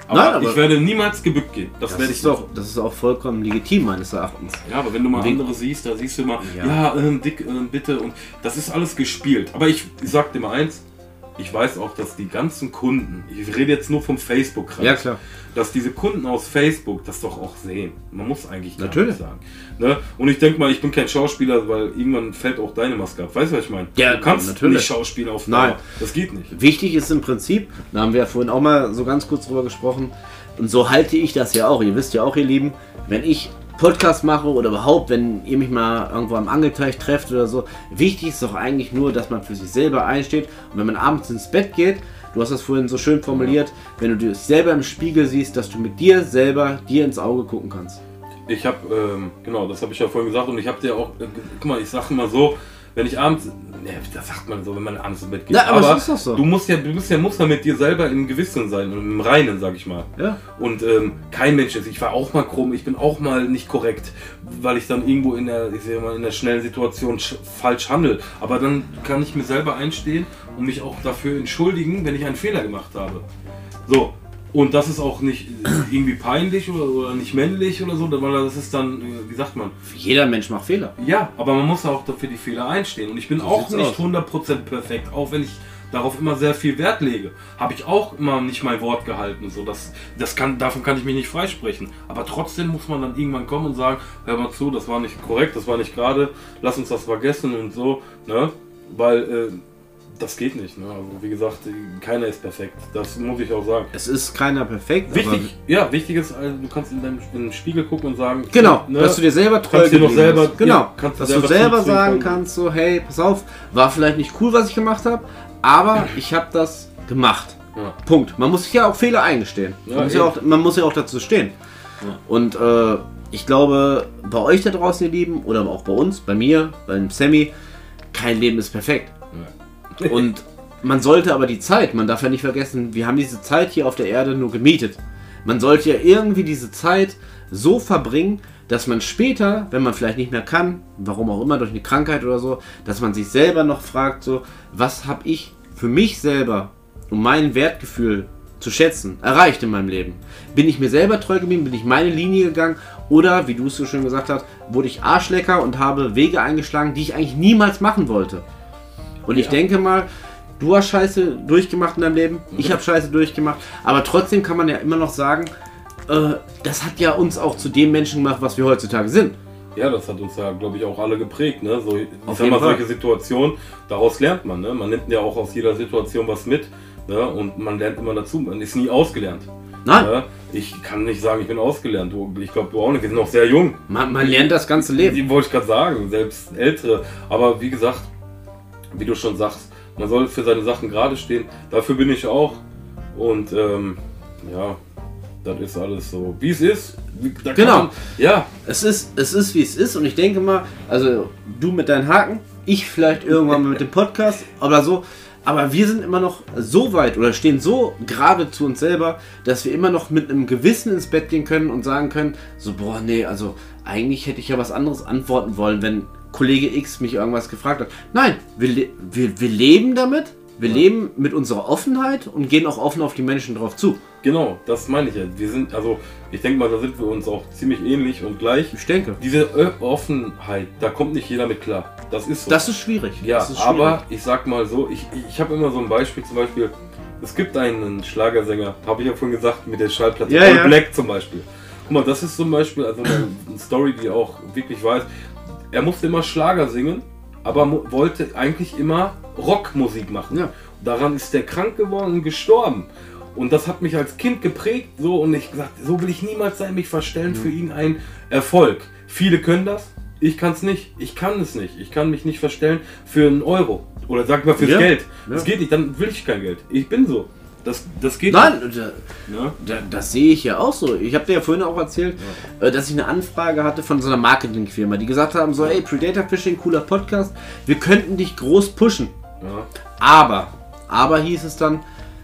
Aber, Nein, aber ich werde niemals gebückt gehen. Das, das, werde ich ist doch, das ist auch vollkommen legitim, meines Erachtens. Ja, aber wenn du mal Wie- andere siehst, da siehst du immer, Ja. ja, ähm, dick, ähm, bitte. Und das ist alles gespielt. Aber ich, ich sag dir mal eins, ich weiß auch, dass die ganzen Kunden, ich rede jetzt nur vom Facebook-Kreis, Ja, klar. dass diese Kunden aus Facebook das doch auch sehen. Man muss eigentlich gar Natürlich. nicht sagen. Ne? Und ich denke mal, ich bin kein Schauspieler, weil irgendwann fällt auch deine Maske ab. Weißt du, was ich meine? Ja, du kannst natürlich. nicht Schauspieler auf Nein. Dauer. Das geht nicht. Wichtig ist im Prinzip, da haben wir ja vorhin auch mal so ganz kurz drüber gesprochen, und so halte ich das ja auch. Ihr wisst ja auch, ihr Lieben, wenn ich Podcast mache oder überhaupt, wenn ihr mich mal irgendwo am Angelteich trefft oder so, wichtig ist doch eigentlich nur, dass man für sich selber einsteht. Und wenn man abends ins Bett geht, du hast das vorhin so schön formuliert, wenn du dich selber im Spiegel siehst, dass du mit dir selber dir ins Auge gucken kannst. Ich habe, ähm, genau, das habe ich ja vorhin gesagt und ich habe dir auch, äh, guck mal, ich sage mal so, wenn ich abends, ne, das sagt man so, wenn man abends ins Bett geht, Na, aber aber es ist doch so. du musst ja, du bist ja, musst ja mit dir selber im Gewissen sein und im Reinen, sag ich mal. Ja. Und ähm, kein Mensch ist, ich war auch mal krumm, ich bin auch mal nicht korrekt, weil ich dann irgendwo in der, ich sag mal, in der schnellen Situation sch- falsch handle. Aber dann kann ich mir selber einstehen und mich auch dafür entschuldigen, wenn ich einen Fehler gemacht habe. So. Und das ist auch nicht irgendwie peinlich oder, oder nicht männlich oder so, weil das ist dann, wie sagt man? Jeder Mensch macht Fehler. Ja, aber man muss auch dafür die Fehler einstehen. Und ich bin So auch sieht's nicht aus. hundert Prozent perfekt, auch wenn ich darauf immer sehr viel Wert lege. Habe ich auch immer nicht mein Wort gehalten. So, das, das kann, davon kann ich mich nicht freisprechen. Aber trotzdem muss man dann irgendwann kommen und sagen, hör mal zu, das war nicht korrekt, das war nicht gerade, lass uns das vergessen und so. Ne? Weil äh, das geht nicht. Ne? Also wie gesagt, keiner ist perfekt. Das muss ich auch sagen. Es ist keiner perfekt. Wichtig, ja, wichtig ist, also, du kannst in deinem in den Spiegel gucken und sagen, Genau, ne, dass du dir selber treu kannst dir noch geblieben selber- bist. Genau, ja, kannst du dass selber du selber zurückziehen sagen können. kannst, so hey, pass auf, war vielleicht nicht cool, was ich gemacht habe, aber ich habe das gemacht. Ja. Punkt. Man muss sich ja auch Fehler eingestehen. Ja, man, muss ja eben. auch, man muss ja auch dazu stehen. Ja. Und äh, ich glaube, bei euch da draußen, ihr Lieben, oder auch bei uns, bei mir, beim Sammy, kein Leben ist perfekt. Ja. Und man sollte aber die Zeit, man darf ja nicht vergessen, wir haben diese Zeit hier auf der Erde nur gemietet. Man sollte ja irgendwie diese Zeit so verbringen, dass man später, wenn man vielleicht nicht mehr kann, warum auch immer, durch eine Krankheit oder so, dass man sich selber noch fragt, so, was habe ich für mich selber, um mein Wertgefühl zu schätzen, erreicht in meinem Leben? Bin ich mir selber treu geblieben, bin ich meine Linie gegangen oder, wie du es so schön gesagt hast, wurde ich Arschlecker und habe Wege eingeschlagen, die ich eigentlich niemals machen wollte? Und ich Ja. denke mal, du hast Scheiße durchgemacht in deinem Leben, ich habe Scheiße durchgemacht, aber trotzdem kann man ja immer noch sagen, äh, das hat ja uns auch zu dem Menschen gemacht, was wir heutzutage sind. Ja, das hat uns ja, glaube ich, auch alle geprägt. Ne? So, ich Auf sag jeden mal, Fall. solche Situationen, daraus lernt man. Ne? Man nimmt ja auch aus jeder Situation was mit. Ne? Und man lernt immer dazu. Man ist nie ausgelernt. Nein, Ne? Ich kann nicht sagen, ich bin ausgelernt. Du, ich glaube, du auch nicht. Wir sind noch sehr jung. man, man lernt das ganze Leben. Die wollte ich gerade sagen, selbst Ältere. Aber wie gesagt, wie du schon sagst, man soll für seine Sachen gerade stehen. Dafür bin ich auch. Und ähm, ja, das ist alles so, wie es ist. Da kann Genau. Man, ja, Es ist, es ist, wie es ist und ich denke mal, also du mit deinen Haken, ich vielleicht irgendwann mal mit dem Podcast oder so, aber wir sind immer noch so weit oder stehen so gerade zu uns selber, dass wir immer noch mit einem Gewissen ins Bett gehen können und sagen können, so boah, nee, also eigentlich hätte ich ja was anderes antworten wollen, wenn Kollege X mich irgendwas gefragt hat. Nein, wir, le- wir, wir leben damit, wir Ja. leben mit unserer Offenheit und gehen auch offen auf die Menschen drauf zu. genau, das meine ich ja. Wir sind, also ich denke mal, da sind wir uns auch ziemlich ähnlich und gleich. Ich denke, Diese Ö- Offenheit, da kommt nicht jeder mit klar. Das ist so. das ist schwierig. ja, das ist aber ich sag mal so, ich, ich habe immer so ein Beispiel, zum Beispiel, es gibt einen Schlagersänger, habe ich ja vorhin gesagt, mit der Schallplatte, Ja, All ja. Black zum Beispiel. Guck mal, das ist zum Beispiel also eine Story, die auch wirklich weiß, er musste immer Schlager singen, aber mu- wollte eigentlich immer Rockmusik machen. Ja. Daran ist er krank geworden und gestorben. Und das hat mich als Kind geprägt, so, und ich gesagt, so will ich niemals sein, mich verstellen für irgendeinen Erfolg. Viele können das, ich kann es nicht. Ich kann es nicht. Ich kann mich nicht verstellen für einen Euro. Oder sag mal fürs Ja. Geld. Ja. Das geht nicht, dann will ich kein Geld. Ich bin so. Das, das geht Nein, da, nicht. Ne? da, das sehe ich ja auch so. Ich habe dir ja vorhin auch erzählt, äh, dass ich eine Anfrage hatte von so einer Marketingfirma, die gesagt haben, so, ey, Predator Fishing, cooler Podcast, wir könnten dich groß pushen. Ja. Aber, aber hieß es dann,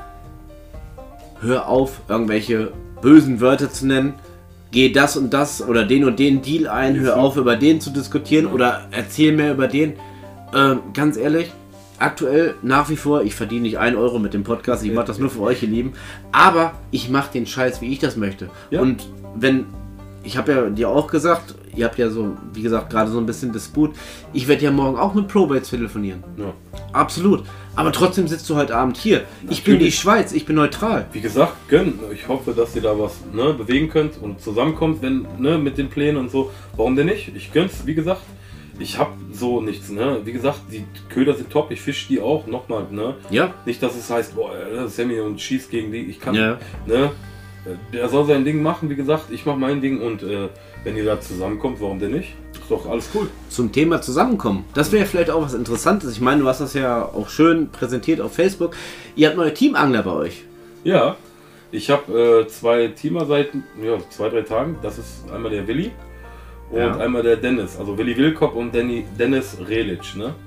hör auf, irgendwelche bösen Wörter zu nennen, geh das und das oder den und den Deal ein, hör auf, über den zu diskutieren oder erzähl mehr über den. Ähm, ganz ehrlich, aktuell nach wie vor, ich verdiene nicht einen Euro mit dem Podcast, ich mache das nur für euch, ihr Lieben, aber ich mache den Scheiß, wie ich das möchte. Ja. Und wenn, ich habe ja dir auch gesagt, ihr habt ja so, wie gesagt, gerade so ein bisschen Disput, ich werde ja morgen auch mit Probates telefonieren. Ja. Absolut. Aber trotzdem sitzt du heute Abend hier. Natürlich. Ich bin die Schweiz, ich bin neutral. Wie gesagt, gönn. Ich hoffe, dass ihr da was ne, bewegen könnt und zusammenkommt, wenn ne, mit den Plänen und so. Warum denn nicht? Ich gönn's, wie gesagt. Ich hab so nichts, ne? Wie gesagt, die Köder sind top, ich fische die auch nochmal, ne? Ja. Nicht, dass es heißt, boah, Sammy und schießt gegen die. Ich kann, ja. ne? Der soll sein Ding machen, wie gesagt, ich mach mein Ding und äh, wenn ihr da zusammenkommt, warum denn nicht? Ist doch alles cool. Zum Thema Zusammenkommen, das wäre vielleicht auch was Interessantes. Ich meine, du hast das ja auch schön präsentiert auf Facebook. Ihr habt neue Teamangler bei euch. Ja, ich habe äh, zwei Teamer seit ja, zwei, drei Tagen. Das ist einmal der Willi und ja. einmal der Dennis. Also Willi Wilkop und Danny, Dennis Relic, ne?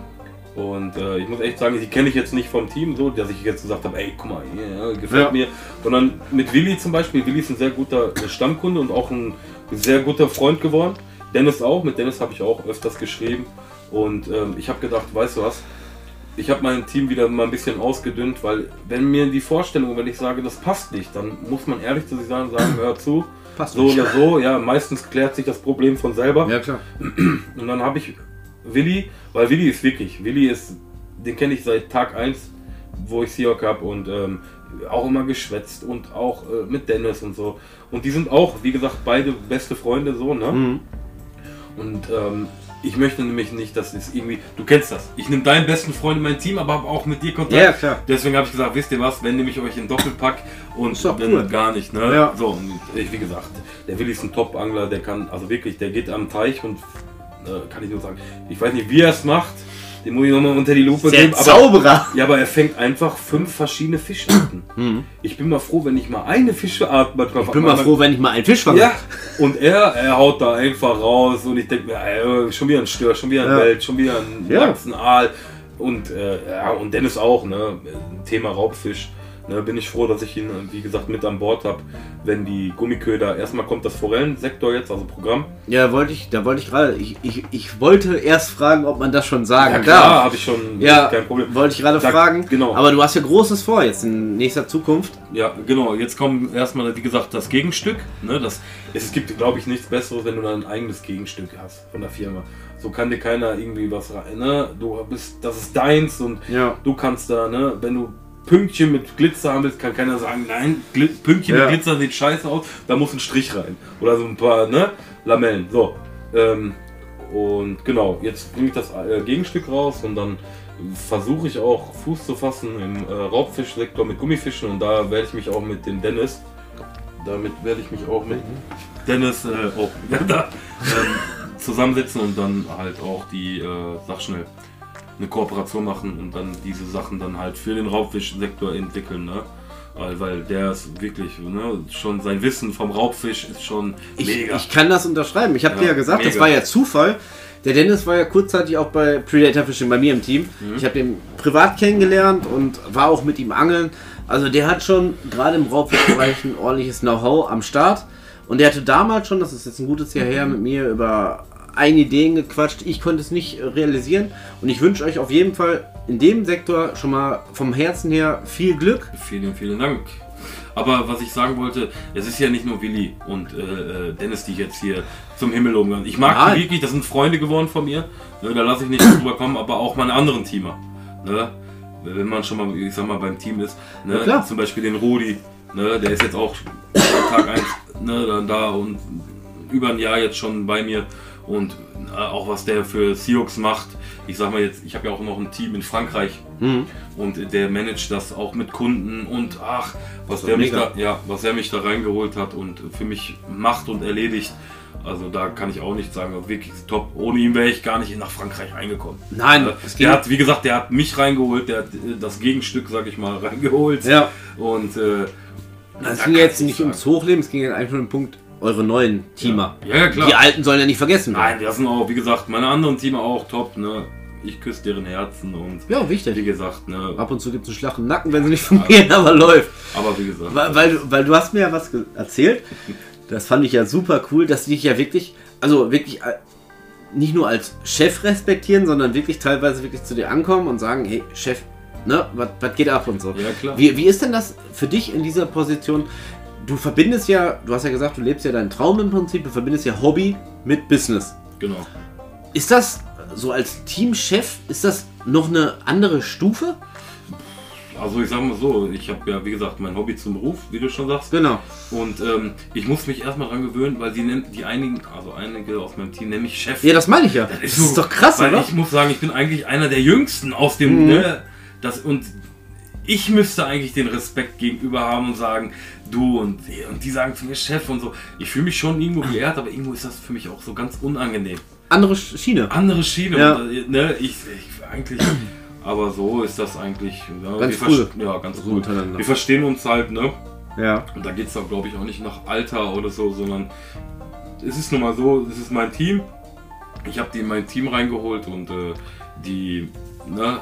Und äh, ich muss echt sagen, die kenne ich jetzt nicht vom Team so, dass ich jetzt gesagt habe, ey, guck mal, yeah, gefällt ja. mir. Sondern mit Willi zum Beispiel. Willi ist ein sehr guter Stammkunde und auch ein sehr guter Freund geworden. Dennis auch, mit Dennis habe ich auch öfters geschrieben. Und ähm, ich habe gedacht, weißt du was, ich habe mein Team wieder mal ein bisschen ausgedünnt, weil wenn mir die Vorstellung, wenn ich sage, das passt nicht, dann muss man ehrlich zu sich sagen, sagen hör zu, passt so nicht. Oder so. Ja, meistens klärt sich das Problem von selber. Ja, klar. Und dann habe ich Willi, weil Willi ist wirklich, Willi ist, den kenne ich seit Tag eins, wo ich Seahawk habe und ähm, auch immer geschwätzt und auch äh, mit Dennis und so. Und die sind auch, wie gesagt, beide beste Freunde so, ne? Mhm. Und ähm, ich möchte nämlich nicht, dass es irgendwie, du kennst das, ich nehme deinen besten Freund in mein Team, aber habe auch mit dir Kontakt. Ja, klar. Deswegen habe ich gesagt, wisst ihr was, wenn nehme ich euch in Doppelpack und dann cool. gar nicht, ne? Ja. So, und ich, wie gesagt, der Willi ist ein Top-Angler, der kann, also wirklich, der geht am Teich und kann ich nur sagen. Ich weiß nicht, wie er es macht. Den muss ich nochmal unter die Lupe der geben. Aber, Zauberer! Ja, aber er fängt einfach fünf verschiedene Fischarten. Mhm. Ich bin mal froh, wenn ich mal eine Fischart manchmal Ich bin mal froh, wenn ich mal einen Fisch fange. Ja, und er, er haut da einfach raus und ich denke mir, ey, schon wieder ein Stör, schon wieder ein ja. Welt, schon wieder ein ja. Lachs, ein Aal. Und, äh, ja, und Dennis auch, ne? Thema Raubfisch. Ne, bin ich froh, dass ich ihn, wie gesagt, mit an Bord habe, wenn die Gummiköder, erstmal kommt das Forellensektor jetzt, also Programm. Ja, wollte ich, da wollte ich gerade, ich, ich, ich wollte erst fragen, ob man das schon sagen ja, klar, darf. Habe ich schon, ja, kein Problem. Wollte ich gerade fragen, genau. Aber du hast ja Großes vor jetzt in nächster Zukunft. Ja, genau, jetzt kommt erstmal, wie gesagt, das Gegenstück. Ne, das, es gibt, glaube ich, nichts Besseres, wenn du dann ein eigenes Gegenstück hast von der Firma. So kann dir keiner irgendwie was rein, ne? Du bist, das ist deins und ja. du kannst da, ne, wenn du Pünktchen mit Glitzer haben willst, kann keiner sagen, nein, Gl Pünktchen ja. mit Glitzer sieht scheiße aus, da muss ein Strich rein. Oder so ein paar, ne, Lamellen. So. Ähm, und genau, jetzt bringe ich das äh, Gegenstück raus und dann versuche ich auch Fuß zu fassen im äh, Raubfischsektor mit Gummifischen und da werde ich mich auch mit dem Dennis, damit werde ich mich auch mit Dennis äh, auch ja, da, ähm, zusammensetzen und dann halt auch die, äh, sag schnell, eine Kooperation machen und dann diese Sachen dann halt für den Raubfischsektor entwickeln, ne? Weil, weil der ist wirklich, ne, schon sein Wissen vom Raubfisch ist schon ich, mega. Ich kann das unterschreiben. Ich habe ja, dir ja gesagt, mega. Das war ja Zufall. Der Dennis war ja kurzzeitig auch bei Predator Fishing bei mir im Team. Mhm. Ich habe den privat kennengelernt und war auch mit ihm angeln. Also der hat schon gerade im Raubfischbereich ein ordentliches Know-how am Start. Und der hatte damals schon, das ist jetzt ein gutes Jahr her, mit mir über eine Ideen gequatscht. Ich konnte es nicht realisieren und ich wünsche euch auf jeden Fall in dem Sektor schon mal vom Herzen her viel Glück. Vielen, vielen Dank. Aber was ich sagen wollte, es ist ja nicht nur Willi und äh, Dennis, die jetzt hier zum Himmel loben. Ich mag Nein. die wirklich, das sind Freunde geworden von mir. Ne, da lasse ich nicht drüber kommen, aber auch meine anderen Teamer. Ne? Wenn man schon mal, ich sag mal, beim Team ist. Ne? Ja, zum Beispiel den Rudi, ne? Der ist jetzt auch Tag eins ne? dann da und über ein Jahr jetzt schon bei mir. Und äh, auch was der für Seahawks macht. Ich sag mal jetzt, ich habe ja auch noch ein Team in Frankreich mhm. und der managt das auch mit Kunden und ach, was der mich da, ja, was er mich da reingeholt hat und für mich macht und erledigt. Also da kann ich auch nicht sagen, wirklich top. Ohne ihn wäre ich gar nicht nach Frankreich reingekommen. Nein, äh, der hat, wie gesagt, der hat mich reingeholt, der hat das Gegenstück, sag ich mal, reingeholt. Ja. Und äh, es ging jetzt nicht sagen. ums Hochleben, es ging jetzt einfach um den Punkt. Eure neuen Teamer. Ja. ja, klar. Die alten sollen ja nicht vergessen werden. Nein, das sind auch, wie gesagt, meine anderen Teamer auch top, ne? Ich küsse deren Herzen und ja, wichtig. Wie gesagt, ne? Ab und zu gibt es einen Schlag im Nacken, wenn sie nicht funktionieren, aber läuft. Aber wie gesagt. Weil, weil, weil du hast mir ja was erzählt, das fand ich ja super cool, dass die dich ja wirklich, also wirklich nicht nur als Chef respektieren, sondern wirklich teilweise wirklich zu dir ankommen und sagen, hey Chef, ne, was geht ab und so. Ja, klar. Wie, wie ist denn das für dich in dieser Position? Du verbindest ja, du hast ja gesagt, du lebst ja deinen Traum im Prinzip, du verbindest ja Hobby mit Business. Genau. Ist das so als Teamchef, ist das noch eine andere Stufe? Also ich sag mal so, ich habe ja wie gesagt mein Hobby zum Beruf, wie du schon sagst. Genau. Und ähm, ich muss mich erstmal dran gewöhnen, weil die nennen, die einigen, also einige aus meinem Team nennen mich Chef. Ja, das meine ich ja. Das ist, das so, ist doch krass, weil oder? Ich muss sagen, ich bin eigentlich einer der Jüngsten aus dem, mhm. ne, das und ich müsste eigentlich den Respekt gegenüber haben und sagen, du und, und die sagen zu mir Chef und so. Ich fühle mich schon irgendwo geehrt, aber irgendwo ist das für mich auch so ganz unangenehm. Andere Schiene. Andere Schiene. Ja. Und, ne, ich, ich eigentlich, aber so ist das eigentlich. Ja, ganz wir cool. Ja, ganz so cool. Wir verstehen uns halt, ne? Ja. Und da geht es auch, glaube ich, auch nicht nach Alter oder so, sondern es ist nun mal so, es ist mein Team. Ich habe die in mein Team reingeholt und äh, die, ne,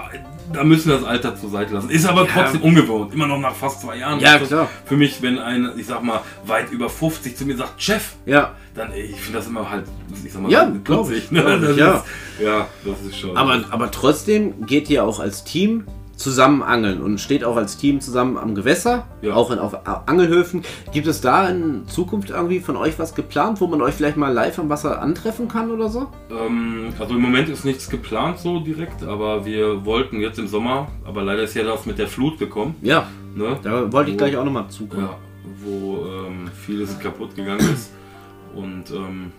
da müssen wir das Alter zur Seite lassen. Ist aber ja. trotzdem ungewohnt. Immer noch nach fast zwei Jahren. Ja, klar. Für mich, wenn ein, ich sag mal, weit über fünfzig zu mir sagt, Chef, ja. dann, ich finde das immer halt, ich sag mal, ja, so putzig. Ne? Das ja. Ist, ja, das ist schon. Aber, aber trotzdem geht ihr auch als Team zusammen angeln und steht auch als Team zusammen am Gewässer, ja. auch in, auf Angelhöfen. Gibt es da in Zukunft irgendwie von euch was geplant, wo man euch vielleicht mal live am Wasser antreffen kann oder so? Ähm, also im Moment ist nichts geplant so direkt, aber wir wollten jetzt im Sommer, aber leider ist ja das mit der Flut gekommen. Ja, ne? Da wollte ich wo, gleich auch nochmal zukommen. Ja, wo ähm, vieles kaputt gegangen ist und ähm,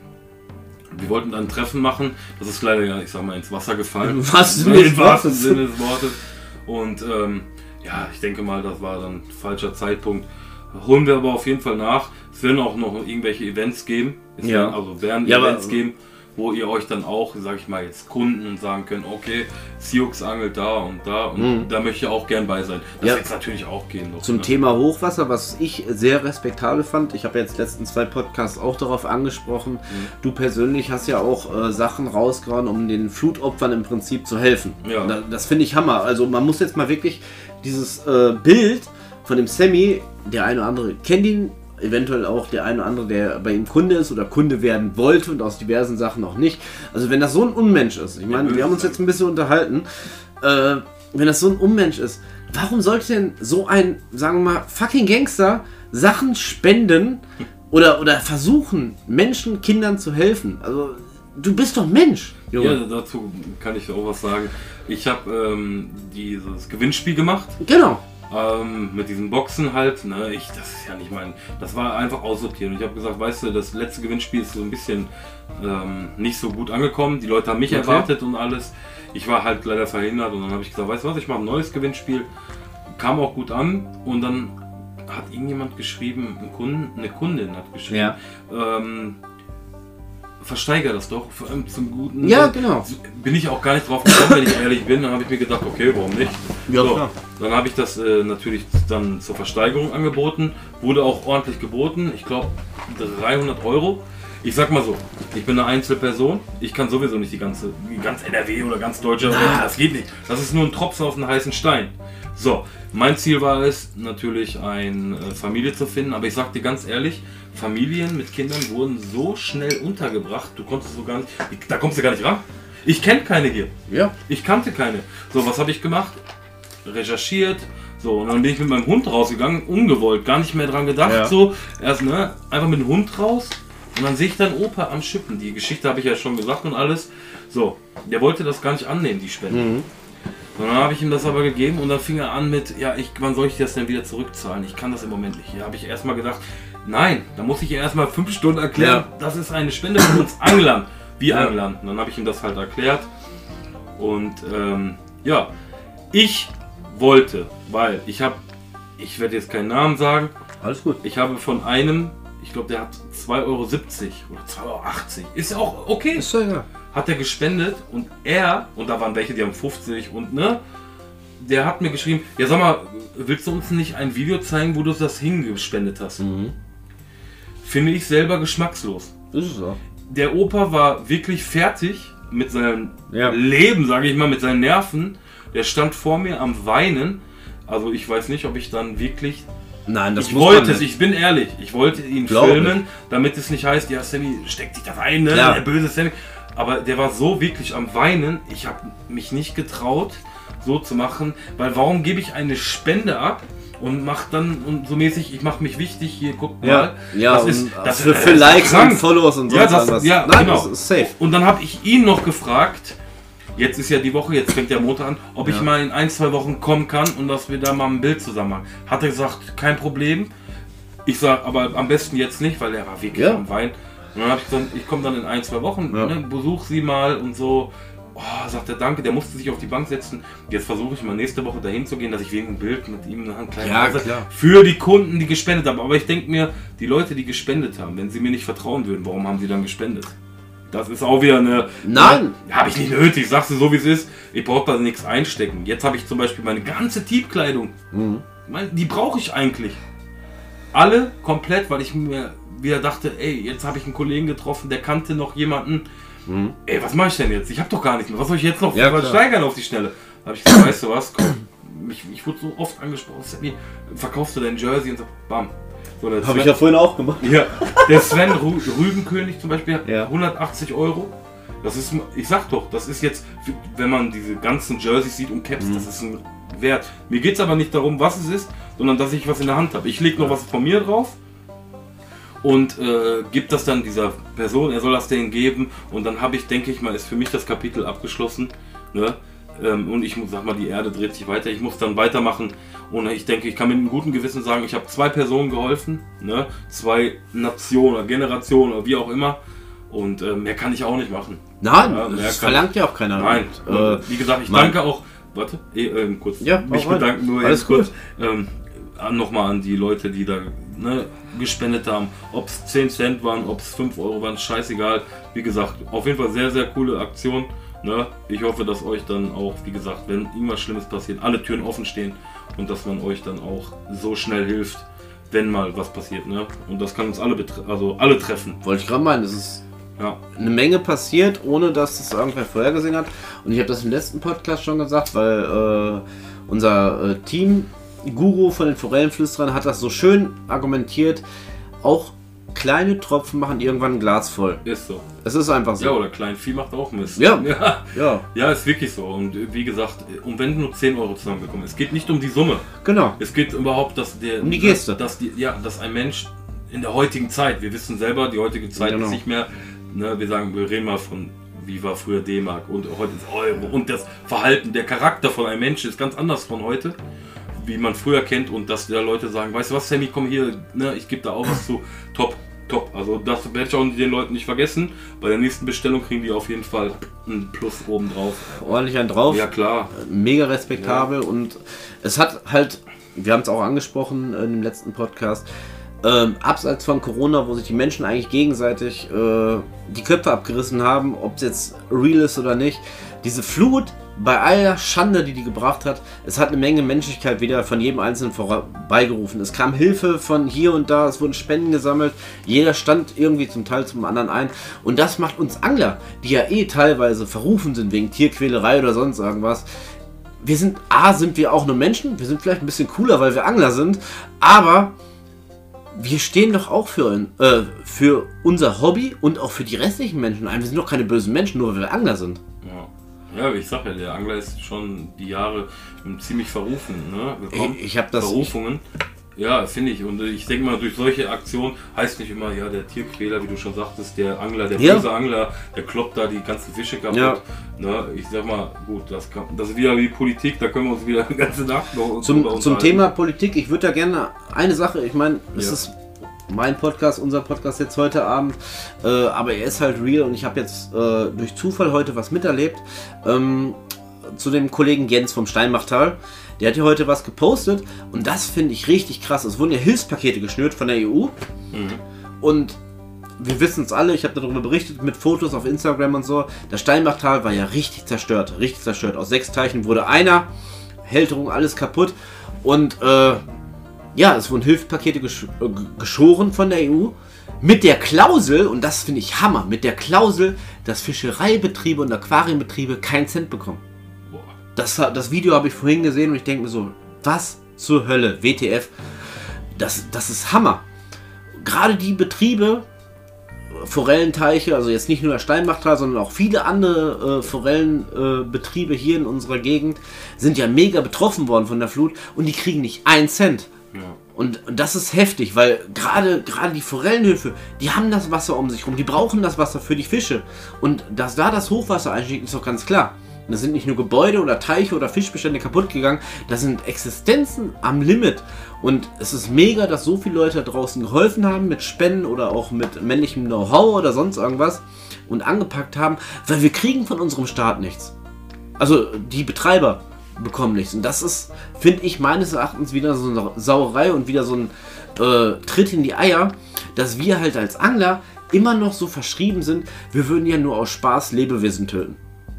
wir wollten dann ein Treffen machen, das ist leider ja, ich sag mal, ins Wasser gefallen. Was? Im wahrsten Sinne des Wortes. Und ähm, ja, ich denke mal, das war dann ein falscher Zeitpunkt. Holen wir aber auf jeden Fall nach. Es werden auch noch irgendwelche Events geben. Es ja. werden, also werden ja, Events aber, geben, wo ihr euch dann auch, sag ich mal, jetzt Kunden und sagen könnt, okay, Siux angelt da und da und mhm. da möchte ich auch gern bei sein. Das ja. wird jetzt natürlich auch gehen. Noch, Zum ne? Thema Hochwasser, was ich sehr respektabel fand, ich habe jetzt die letzten zwei Podcasts auch darauf angesprochen, mhm. du persönlich hast ja auch äh, Sachen rausgehauen, um den Flutopfern im Prinzip zu helfen. Ja. Da, das finde ich Hammer. Also man muss jetzt mal wirklich dieses äh, Bild von dem Sammy, der eine oder andere kennt ihn, eventuell auch der eine oder andere, der bei ihm Kunde ist oder Kunde werden wollte und aus diversen Sachen auch nicht. Also wenn das so ein Unmensch ist, ich meine, wir haben uns jetzt ein bisschen unterhalten, äh, wenn das so ein Unmensch ist, warum sollte denn so ein, sagen wir mal, fucking Gangster Sachen spenden oder, oder versuchen, Menschen, Kindern zu helfen? Also du bist doch Mensch, Junge. Ja, dazu kann ich auch was sagen. Ich habe ähm, dieses Gewinnspiel gemacht. Genau. Ähm, mit diesen Boxen halt, ne, ich, das ist ja nicht mein, das war einfach aussortiert und ich habe gesagt, weißt du, das letzte Gewinnspiel ist so ein bisschen ähm, nicht so gut angekommen, die Leute haben mich okay. erwartet und alles, ich war halt leider verhindert und dann habe ich gesagt, weißt du was, ich mache ein neues Gewinnspiel, kam auch gut an und dann hat irgendjemand geschrieben, ein Kunden, eine Kundin hat geschrieben, ja. ähm, versteigere das doch, vor allem zum Guten. Ja, genau. Bin ich auch gar nicht drauf gekommen, wenn ich ehrlich bin. Dann habe ich mir gedacht, okay, warum nicht? Ja, so, klar. Dann habe ich das äh, natürlich dann zur Versteigerung angeboten. Wurde auch ordentlich geboten. Ich glaube dreihundert Euro. Ich sag mal so, ich bin eine Einzelperson. Ich kann sowieso nicht die ganze, die ganz N R W oder ganz Deutschland. Na. Das geht nicht. Das ist nur ein Tropfen auf einen heißen Stein. So, mein Ziel war es, natürlich eine äh, Familie zu finden. Aber ich sag dir ganz ehrlich, Familien mit Kindern wurden so schnell untergebracht, du konntest so gar nicht, da kommst du gar nicht ran. Ich kenne keine hier. Ja. Ich kannte keine. So, was habe ich gemacht? Recherchiert. So, und dann bin ich mit meinem Hund rausgegangen, ungewollt, gar nicht mehr dran gedacht. Ja. So, erst, ne, einfach mit dem Hund raus und dann sehe ich dann Opa am Schippen. Die Geschichte habe ich ja schon gesagt und alles. So, der wollte das gar nicht annehmen, die Spende. Mhm. Und dann habe ich ihm das aber gegeben und dann fing er an mit, ja, ich, wann soll ich das denn wieder zurückzahlen? Ich kann das im Moment nicht. Hier habe ich erstmal gedacht, nein, da muss ich ihr erstmal fünf Stunden erklären, ja. das ist eine Spende von uns Anglern. Wir ja. Anglern. Und dann habe ich ihm das halt erklärt. Und ähm, ja, ich wollte, weil ich habe, ich werde jetzt keinen Namen sagen. Alles gut. Ich habe von einem, ich glaube, der hat zwei Euro siebzig oder zwei Euro achtzig. Ist ja auch okay. Ist ja, ja. Hat er gespendet und er, und da waren welche, die haben fünfzig und ne, der hat mir geschrieben, ja sag mal, willst du uns nicht ein Video zeigen, wo du das hingespendet hast? Mhm. Finde ich selber geschmackslos. Ist es so. Der Opa war wirklich fertig mit seinem ja. Leben, sage ich mal, mit seinen Nerven. Der stand vor mir am Weinen. Also ich weiß nicht, ob ich dann wirklich... Nein, das ich muss wollte man es, ich bin ehrlich, ich wollte ihn Glaub filmen, ich. damit es nicht heißt, ja Sammy steckt sich da rein, ne? Ja. Der böse Sammy. aber der war so wirklich am Weinen, ich habe mich nicht getraut, so zu machen, weil warum gebe ich eine Spende ab und mach dann und so mäßig, ich mache mich wichtig, hier guck mal. Ja, ja, das ist das für, ist, für äh, Likes krank. und Follows und so. Ja, das, was. ja Nein, genau. das ist safe. Und dann habe ich ihn noch gefragt, jetzt ist ja die Woche, jetzt fängt der Montag an, ob ja. ich mal in ein, zwei Wochen kommen kann und dass wir da mal ein Bild zusammen machen. Hat er gesagt, kein Problem. Ich sag, aber am besten jetzt nicht, weil er war wirklich ja. am Wein. Und dann habe ich gesagt, ich komme dann in ein, zwei Wochen, ja. ne, besuch sie mal und so. Oh, sagt er, danke, der musste sich auf die Bank setzen. Jetzt versuche ich mal nächste Woche dahin zu gehen, dass ich wegen ein Bild mit ihm eine kleine ja, Reise klar. für die Kunden, die gespendet haben. Aber ich denke mir, die Leute, die gespendet haben, wenn sie mir nicht vertrauen würden, warum haben sie dann gespendet? Das ist auch wieder eine... Nein! Ja, habe ich nicht nötig, sagst du so wie es ist. Ich brauche da nichts einstecken. Jetzt habe ich zum Beispiel meine ganze Teamkleidung. Mhm. Die brauche ich eigentlich. Alle komplett, weil ich mir wieder dachte, ey, jetzt habe ich einen Kollegen getroffen, der kannte noch jemanden. Mhm. Ey, was mache ich denn jetzt? Ich habe doch gar nichts mehr. Was soll ich jetzt noch ja, steigern auf die Schnelle? Da habe ich gesagt, weißt du was, komm. Ich, ich wurde so oft angesprochen, Sammy, verkaufst du dein Jersey? Und so, bam. So, habe ich ja vorhin auch gemacht. Ja, der Sven Rü Rübenkönig zum Beispiel hat ja. hundertachtzig Euro. Das ist, ich sag doch, das ist jetzt, wenn man diese ganzen Jerseys sieht und Caps, mhm. das ist ein Wert. Mir geht es aber nicht darum, was es ist, sondern dass ich was in der Hand habe. Ich lege noch was von mir drauf und äh, gebe das dann dieser Person, er soll das denen geben und dann habe ich, denke ich mal, ist für mich das Kapitel abgeschlossen. Ne? Ähm, und ich muss, sag mal, die Erde dreht sich weiter, ich muss dann weitermachen und ich denke, ich kann mit einem guten Gewissen sagen, ich habe zwei Personen geholfen, ne? Zwei Nationen oder Generationen oder wie auch immer und äh, mehr kann ich auch nicht machen. Nein, ja, das verlangt ja auch keiner. Nein, äh, wie gesagt, ich mein, danke auch, warte, eh, äh, kurz, ja, mich bedanken nur Alles kurz, ähm, nochmal an die Leute, die da ne, gespendet haben, ob es zehn Cent waren, ob es fünf Euro waren, scheißegal. Wie gesagt, auf jeden Fall sehr, sehr coole Aktion. Ne? Ich hoffe, dass euch dann auch, wie gesagt, wenn irgendwas Schlimmes passiert, alle Türen offen stehen und dass man euch dann auch so schnell hilft, wenn mal was passiert. Ne? Und das kann uns alle, also alle treffen. Wollte ich gerade meinen, es ist ja. eine Menge passiert, ohne dass es irgendwer vorhergesehen hat. Und ich habe das im letzten Podcast schon gesagt, weil äh, unser äh, Team Guru von den Forellenflüsterern hat das so schön argumentiert, auch kleine Tropfen machen irgendwann ein Glas voll. Ist so. Es ist einfach so. Ja, oder Kleinvieh macht auch Mist. Ja. Ja. Ja. Ja, ist wirklich so. Und wie gesagt, und wenn nur zehn Euro zusammengekommen ist, es geht nicht um die Summe. Genau. Es geht überhaupt, dass der... Um die Geste. Dass, die, ja, dass ein Mensch in der heutigen Zeit, wir wissen selber, die heutige Zeit genau. ist nicht mehr, ne, wir sagen, wir reden mal von, wie war früher D-Mark und heute ist Euro. Und das Verhalten, der Charakter von einem Menschen ist ganz anders von heute, wie man früher kennt, und dass da Leute sagen, weißt du was, Sammy, komm hier, ne, ich gebe da auch was zu, top, top, also das werde ich auch den Leuten nicht vergessen, bei der nächsten Bestellung kriegen die auf jeden Fall einen Plus oben drauf. Ordentlich einen drauf. Ja, klar. Mega respektabel, ja. Und es hat halt, wir haben es auch angesprochen in dem letzten Podcast, ähm, abseits von Corona, wo sich die Menschen eigentlich gegenseitig äh, die Köpfe abgerissen haben, ob es jetzt real ist oder nicht, diese Flut, bei aller Schande, die die gebracht hat, es hat eine Menge Menschlichkeit wieder von jedem Einzelnen vorbeigerufen. Es kam Hilfe von hier und da, es wurden Spenden gesammelt, jeder stand irgendwie zum Teil zum anderen ein. Und das macht uns Angler, die ja eh teilweise verrufen sind wegen Tierquälerei oder sonst irgendwas. Wir sind, A, sind wir auch nur Menschen, wir sind vielleicht ein bisschen cooler, weil wir Angler sind, aber wir stehen doch auch für, äh, für unser Hobby und auch für die restlichen Menschen ein. Wir sind doch keine bösen Menschen, nur weil wir Angler sind. Ja. Ja, wie ich sag ja, der Angler ist schon die Jahre ziemlich verrufen, ne? Gekommen. Ich, ich habe das... Verrufungen. Ja, finde ich. Und ich denke mal, durch solche Aktionen heißt nicht immer, ja, der Tierquäler, wie du schon sagtest, der Angler, der ja. böse Angler, der kloppt da die ganzen Fische kaputt. Ja. Ne? Ich sag mal, gut, das, kann, das ist wieder wie Politik, da können wir uns wieder eine ganze Nacht noch Zum, zum Thema Politik, ich würde da gerne eine Sache, ich meine, es ja. ist mein Podcast, unser Podcast jetzt heute Abend, äh, aber er ist halt real und ich habe jetzt äh, durch Zufall heute was miterlebt. Ähm, zu dem Kollegen Jens vom Steinbachtal, der hat ja heute was gepostet und das finde ich richtig krass. Es wurden ja Hilfspakete geschnürt von der E U mhm. und wir wissen es alle, ich habe darüber berichtet mit Fotos auf Instagram und so, das Steinbachtal war ja richtig zerstört, richtig zerstört. Aus sechs Teichen wurde einer, Hälterung, alles kaputt und äh, ja, es wurden Hilfspakete gesch äh, geschoren von der E U mit der Klausel, und das finde ich Hammer, mit der Klausel, dass Fischereibetriebe und Aquarienbetriebe keinen Cent bekommen. Boah. Das, das Video habe ich vorhin gesehen und ich denke mir so, was zur Hölle, W T F, das, das ist Hammer. Gerade die Betriebe, Forellenteiche, also jetzt nicht nur der Steinbachtal, sondern auch viele andere äh, Forellenbetriebe äh, hier in unserer Gegend sind ja mega betroffen worden von der Flut und die kriegen nicht einen Cent. Ja. Und das ist heftig, weil gerade gerade die Forellenhöfe, die haben das Wasser um sich rum, die brauchen das Wasser für die Fische. Und dass da das Hochwasser einsteigt, ist doch ganz klar. Da sind nicht nur Gebäude oder Teiche oder Fischbestände kaputt gegangen, das sind Existenzen am Limit. Und es ist mega, dass so viele Leute da draußen geholfen haben mit Spenden oder auch mit männlichem Know-how oder sonst irgendwas und angepackt haben, weil wir kriegen von unserem Staat nichts. Also die Betreiber bekommen nichts. Und das ist, finde ich, meines Erachtens wieder so eine Sauerei und wieder so ein äh, Tritt in die Eier, dass wir halt als Angler immer noch so verschrieben sind, wir würden ja nur aus Spaß Lebewesen töten.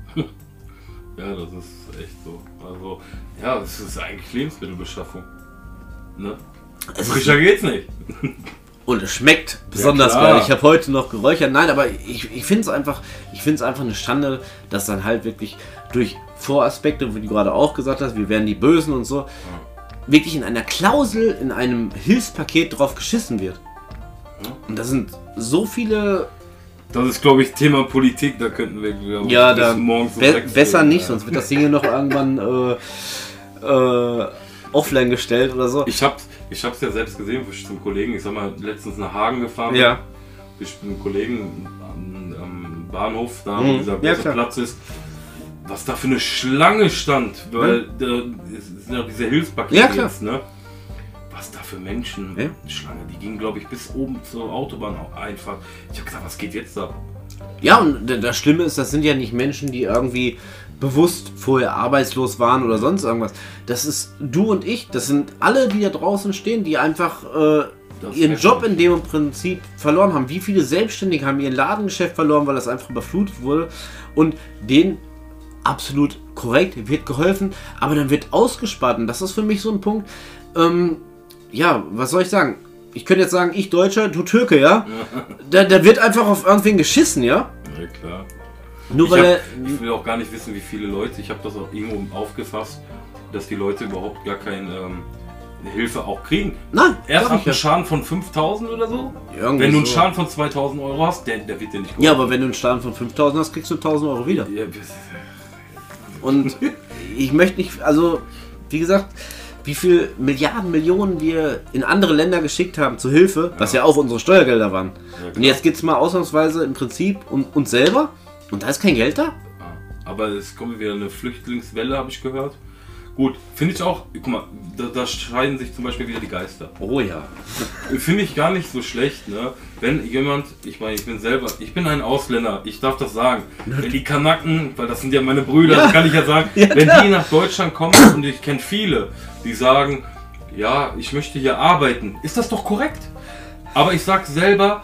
Ja, das ist echt so. Also, ja, das ist eigentlich Lebensmittelbeschaffung. Ne? Frischer geht's nicht. Und es schmeckt besonders ja, geil. Ich habe heute noch geräuchert. Nein, aber ich, ich finde es einfach, ich finde es einfach eine Schande, dass dann halt wirklich durch Voraspekte, wie du gerade auch gesagt hast, wir wären die Bösen und so, ja. wirklich in einer Klausel, in einem Hilfspaket drauf geschissen wird. Ja. Und da sind so viele... Das ist, glaube ich, Thema Politik, da könnten wir glaub, ja, da morgens be um besser reden, nicht, ja. Sonst wird das Ding hier noch irgendwann äh, äh, offline gestellt oder so. Ich hab's, ich hab's ja selbst gesehen, wo ich zum Kollegen, ich sag mal, letztens nach Hagen gefahren ja. bin. Ich bin mit einem Kollegen am, am Bahnhof, da wo mhm. dieser große ja, Platz ist, was da für eine Schlange stand, weil ja. da sind ja diese Hilfspakete ja, klar. jetzt, ne? Was da für Menschen, ja. Schlange, die ging, glaube ich, bis oben zur Autobahn einfach. Ich habe gedacht, was geht jetzt da? Ja, und das Schlimme ist, das sind ja nicht Menschen, die irgendwie bewusst vorher arbeitslos waren oder sonst irgendwas. Das ist du und ich, das sind alle, die da draußen stehen, die einfach äh, ihren Job in dem Prinzip verloren haben. Wie viele Selbstständige haben ihr Ladengeschäft verloren, weil das einfach überflutet wurde und denen absolut korrekt, wird geholfen, aber dann wird ausgespart und das ist für mich so ein Punkt, ähm, ja, was soll ich sagen? Ich könnte jetzt sagen, ich Deutscher, du Türke, ja? Da, da wird einfach auf irgendwen geschissen, ja? Ja, klar. Nur ich, weil hab, er, ich will auch gar nicht wissen, wie viele Leute, ich habe das auch irgendwo aufgefasst, dass die Leute überhaupt gar keine ähm, Hilfe auch kriegen. Nein, erst ab einen ja. Schaden von fünftausend oder so. Irgendwie wenn du einen so. Schaden von zweitausend Euro hast, der, der wird dir nicht geholfen. Ja, aber wenn du einen Schaden von fünftausend hast, kriegst du tausend Euro wieder. Ja, und ich möchte nicht, also, wie gesagt, wie viel Milliarden, Millionen wir in andere Länder geschickt haben zur Hilfe, was ja, ja auch unsere Steuergelder waren. Ja, und jetzt geht es mal ausnahmsweise im Prinzip um uns selber und da ist kein Geld da. Aber es kommt wieder eine Flüchtlingswelle, habe ich gehört. Gut, finde ich auch, guck mal, da, da scheiden sich zum Beispiel wieder die Geister. Oh ja. Finde ich gar nicht so schlecht, ne? Wenn jemand, ich meine, ich bin selber, ich bin ein Ausländer, ich darf das sagen. Wenn die Kanaken, weil das sind ja meine Brüder, ja. das kann ich ja sagen, ja, wenn klar. die nach Deutschland kommen, und ich kenne viele, die sagen, ja, ich möchte hier arbeiten, ist das doch korrekt. Aber ich sag selber,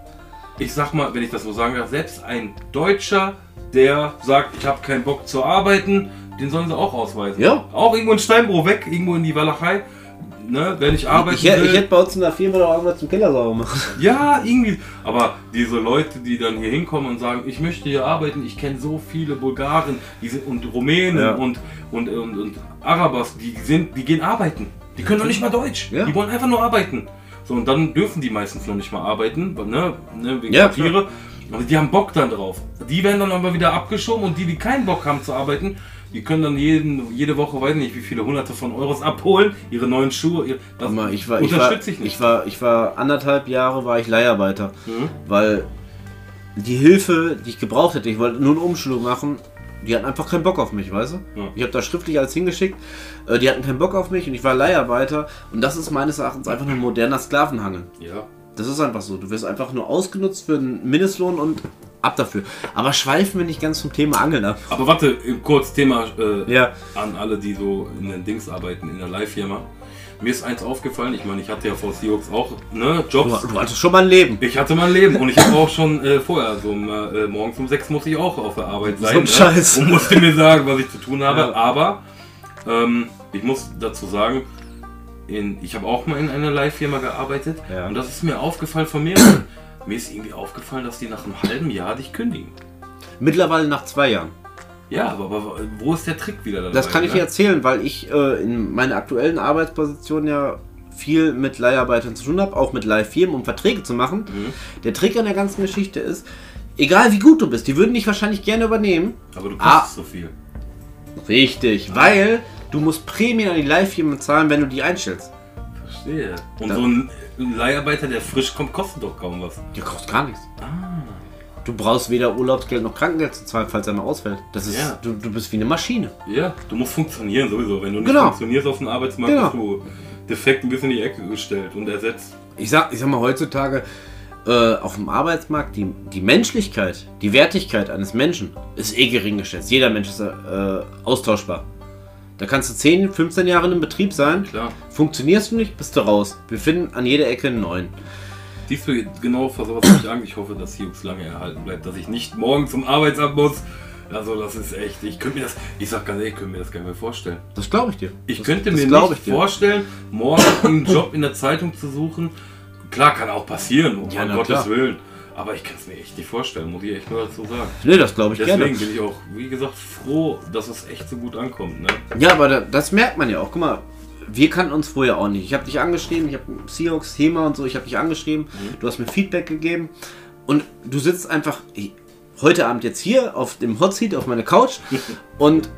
ich sag mal, wenn ich das so sagen darf, selbst ein Deutscher, der sagt, ich habe keinen Bock zu arbeiten, den sollen sie auch ausweisen. Ja. Auch irgendwo in Steinbruch weg, irgendwo in die Walachei. Ne, wenn ich arbeiten ich, hätte, will. Ich hätte bei uns in der Firma noch irgendwas zum Keller sauber machen. Ja, irgendwie. Aber diese Leute, die dann hier hinkommen und sagen, ich möchte hier arbeiten, ich kenne so viele Bulgaren die sind, und Rumänen ja. und, und, und, und Arabers, die, sind, die gehen arbeiten. Die können doch nicht mal Deutsch. Ja. Die wollen einfach nur arbeiten. So, und dann dürfen die meistens noch nicht mal arbeiten, ne, ne, wegen ja, Papiere. Aber die haben Bock dann drauf. Die werden dann aber wieder abgeschoben und die, die keinen Bock haben zu arbeiten, die können dann jeden, jede Woche, weiß nicht wie viele hunderte von Euros abholen, ihre neuen Schuhe, ihr, das mal, ich war, unterstütze ich, war, ich nicht. Ich war, ich war anderthalb Jahre war ich Leiharbeiter, mhm. weil die Hilfe, die ich gebraucht hätte, ich wollte nur eine Umschulung machen, die hatten einfach keinen Bock auf mich, weißt du? Ja. Ich habe da schriftlich alles hingeschickt, äh, die hatten keinen Bock auf mich und ich war Leiharbeiter und das ist meines Erachtens einfach nur ein moderner Sklavenhandel. Ja. Das ist einfach so, du wirst einfach nur ausgenutzt für einen Mindestlohn und ab dafür. Aber schweifen wir nicht ganz zum Thema Angeln ab. Aber warte, kurz Thema äh, ja. an alle, die so in den Dings arbeiten, in der Live-Firma. Mir ist eins aufgefallen, ich meine, ich hatte ja vor Seahawks auch ne, Jobs. Du, du hattest schon mal ein Leben. Ich hatte mal ein Leben und ich habe auch schon äh, vorher, so äh, morgens um sechs muss ich auch auf der Arbeit sein. So ein ne? Scheiß. Und musste mir sagen, was ich zu tun habe. Ja. Aber ähm, ich muss dazu sagen, in, ich habe auch mal in einer Live-Firma gearbeitet ja. und das ist mir aufgefallen von mehreren. Mir ist irgendwie aufgefallen, dass die nach einem halben Jahr dich kündigen. Mittlerweile nach zwei Jahren. Ja, aber, aber wo ist der Trick wieder dabei? Das kann ich ne? dir erzählen, weil ich äh, in meiner aktuellen Arbeitsposition ja viel mit Leiharbeitern zu tun habe, auch mit Leihfirmen, um Verträge zu machen. Mhm. Der Trick an der ganzen Geschichte ist, egal wie gut du bist, die würden dich wahrscheinlich gerne übernehmen. Aber du kostest Ah. so viel. Richtig, weil du musst Prämien an die Leihfirmen zahlen, wenn du die einstellst. Verstehe. Und Da- so ein Leiharbeiter, der frisch kommt, kostet doch kaum was. Die kostet gar nichts. Ah. Du brauchst weder Urlaubsgeld noch Krankengeld zu zahlen, falls er mal ausfällt. Das ist, Ja. du, du bist wie eine Maschine. Ja, du musst funktionieren sowieso. Wenn du nicht Genau. funktionierst auf dem Arbeitsmarkt, Genau. bist du defekt ein bisschen in die Ecke gestellt und ersetzt. Ich sag, ich sag mal, heutzutage äh, auf dem Arbeitsmarkt, die, die Menschlichkeit, die Wertigkeit eines Menschen ist eh gering geschätzt. Jeder Mensch ist äh, austauschbar. Da kannst du zehn, fünfzehn Jahre in einem Betrieb sein. Klar. Funktionierst du nicht, bist du raus. Wir finden an jeder Ecke einen neuen. Siehst du genau vor sowas nicht an. Ich hoffe, dass die Jungs lange erhalten bleibt, dass ich nicht morgen zum Arbeitsamt muss. Also das ist echt, ich könnte mir das, ich sag ganz ehrlich, ich könnte mir das gar nicht mehr vorstellen. Das glaube ich dir. Ich das, könnte das mir glaub nicht ich dir. vorstellen, morgen einen Job in der Zeitung zu suchen. Klar, kann auch passieren, um Ja, na Gottes klar. Willen. Aber ich kann es mir echt nicht vorstellen, muss ich echt nur dazu sagen. Nee, das glaube ich Deswegen gerne. bin ich auch, wie gesagt, froh, dass es echt so gut ankommt. Ne? Ja, aber da, das merkt man ja auch. Guck mal, wir kannten uns vorher auch nicht. Ich habe dich angeschrieben, ich habe Seahawks, Thema und so, ich habe dich angeschrieben, Mhm. du hast mir Feedback gegeben und du sitzt einfach heute Abend jetzt hier auf dem Hot Seat auf meiner Couch und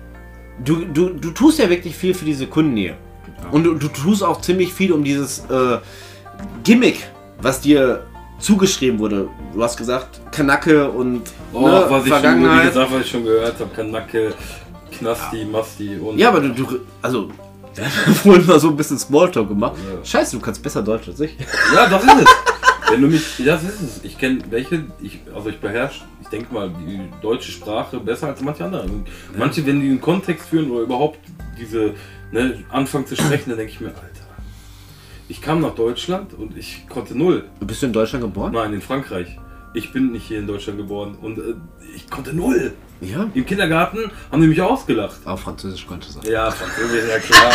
du, du, du tust ja wirklich viel für diese Kundennähe. Und du, du tust auch ziemlich viel um dieses äh, Gimmick, was dir zugeschrieben wurde. Du hast gesagt, Kanacke und Oh, ne, was ich schon, wie Vergangenheit. gesagt, was ich schon gehört habe, Kanacke, Knasti, Masti und... Ja, aber du, du also, wir haben vorhin mal so ein bisschen Smalltalk gemacht. Ja. Scheiße, du kannst besser Deutsch als ich. Ja, das ist es. Wenn du mich, ja, das ist es. Ich kenne welche, ich, also ich beherrsche, ich denke mal, die deutsche Sprache besser als manche andere. Manche, wenn die einen Kontext führen oder überhaupt diese, ne, anfangen zu sprechen, dann denke ich mir, Alter, ich kam nach Deutschland und ich konnte null. Bist du in Deutschland geboren? Nein, in Frankreich. Ich bin nicht hier in Deutschland geboren und äh, ich konnte null. Ja. Im Kindergarten haben die mich ausgelacht. Auf Französisch konnte ich sagen. Ja, Französisch, ja klar.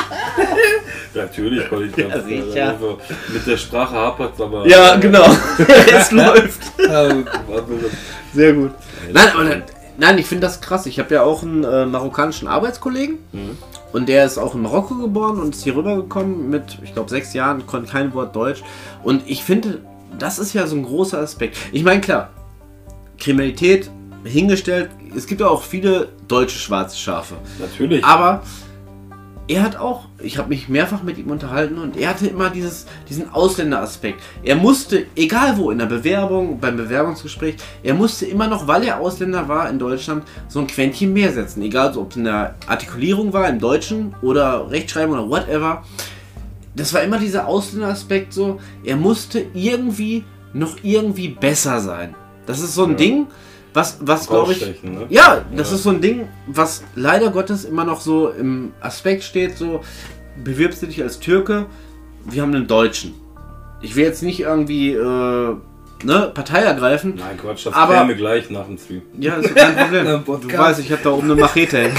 Natürlich konnte ich ganz Ja, sicher. Also, mit der Sprache hapert aber. Ja, genau. Es läuft. Also, Sehr gut. Nein, aber nein, ich finde das krass. Ich habe ja auch einen äh, marokkanischen Arbeitskollegen Mhm. und der ist auch in Marokko geboren und ist hier rübergekommen mit, ich glaube, sechs Jahren, konnte kein Wort Deutsch. Und ich finde, das ist ja so ein großer Aspekt. Ich meine, klar, Kriminalität hingestellt, es gibt ja auch viele deutsche schwarze Schafe. Natürlich. Aber er hat auch, ich habe mich mehrfach mit ihm unterhalten und er hatte immer dieses, diesen Ausländeraspekt. Er musste, egal wo, in der Bewerbung, beim Bewerbungsgespräch, er musste immer noch, weil er Ausländer war in Deutschland, so ein Quäntchen mehr setzen. Egal, ob es in der Artikulierung war, im Deutschen oder Rechtschreibung oder whatever. Das war immer dieser Ausländeraspekt so, er musste irgendwie noch irgendwie besser sein. Das ist so ein Ja. Ding, was, was glaube ich... Rausstechen, ne? Ja, das Ja. ist so ein Ding, was leider Gottes immer noch so im Aspekt steht, so bewirbst du dich als Türke, wir haben einen Deutschen. Ich will jetzt nicht irgendwie äh, ne, Partei ergreifen. Nein, Quatsch, das Aber- klären wir gleich nach dem Stream. Ja, ist kein Problem. Im Du Podcast. weißt, ich habe da oben eine Machete hängen.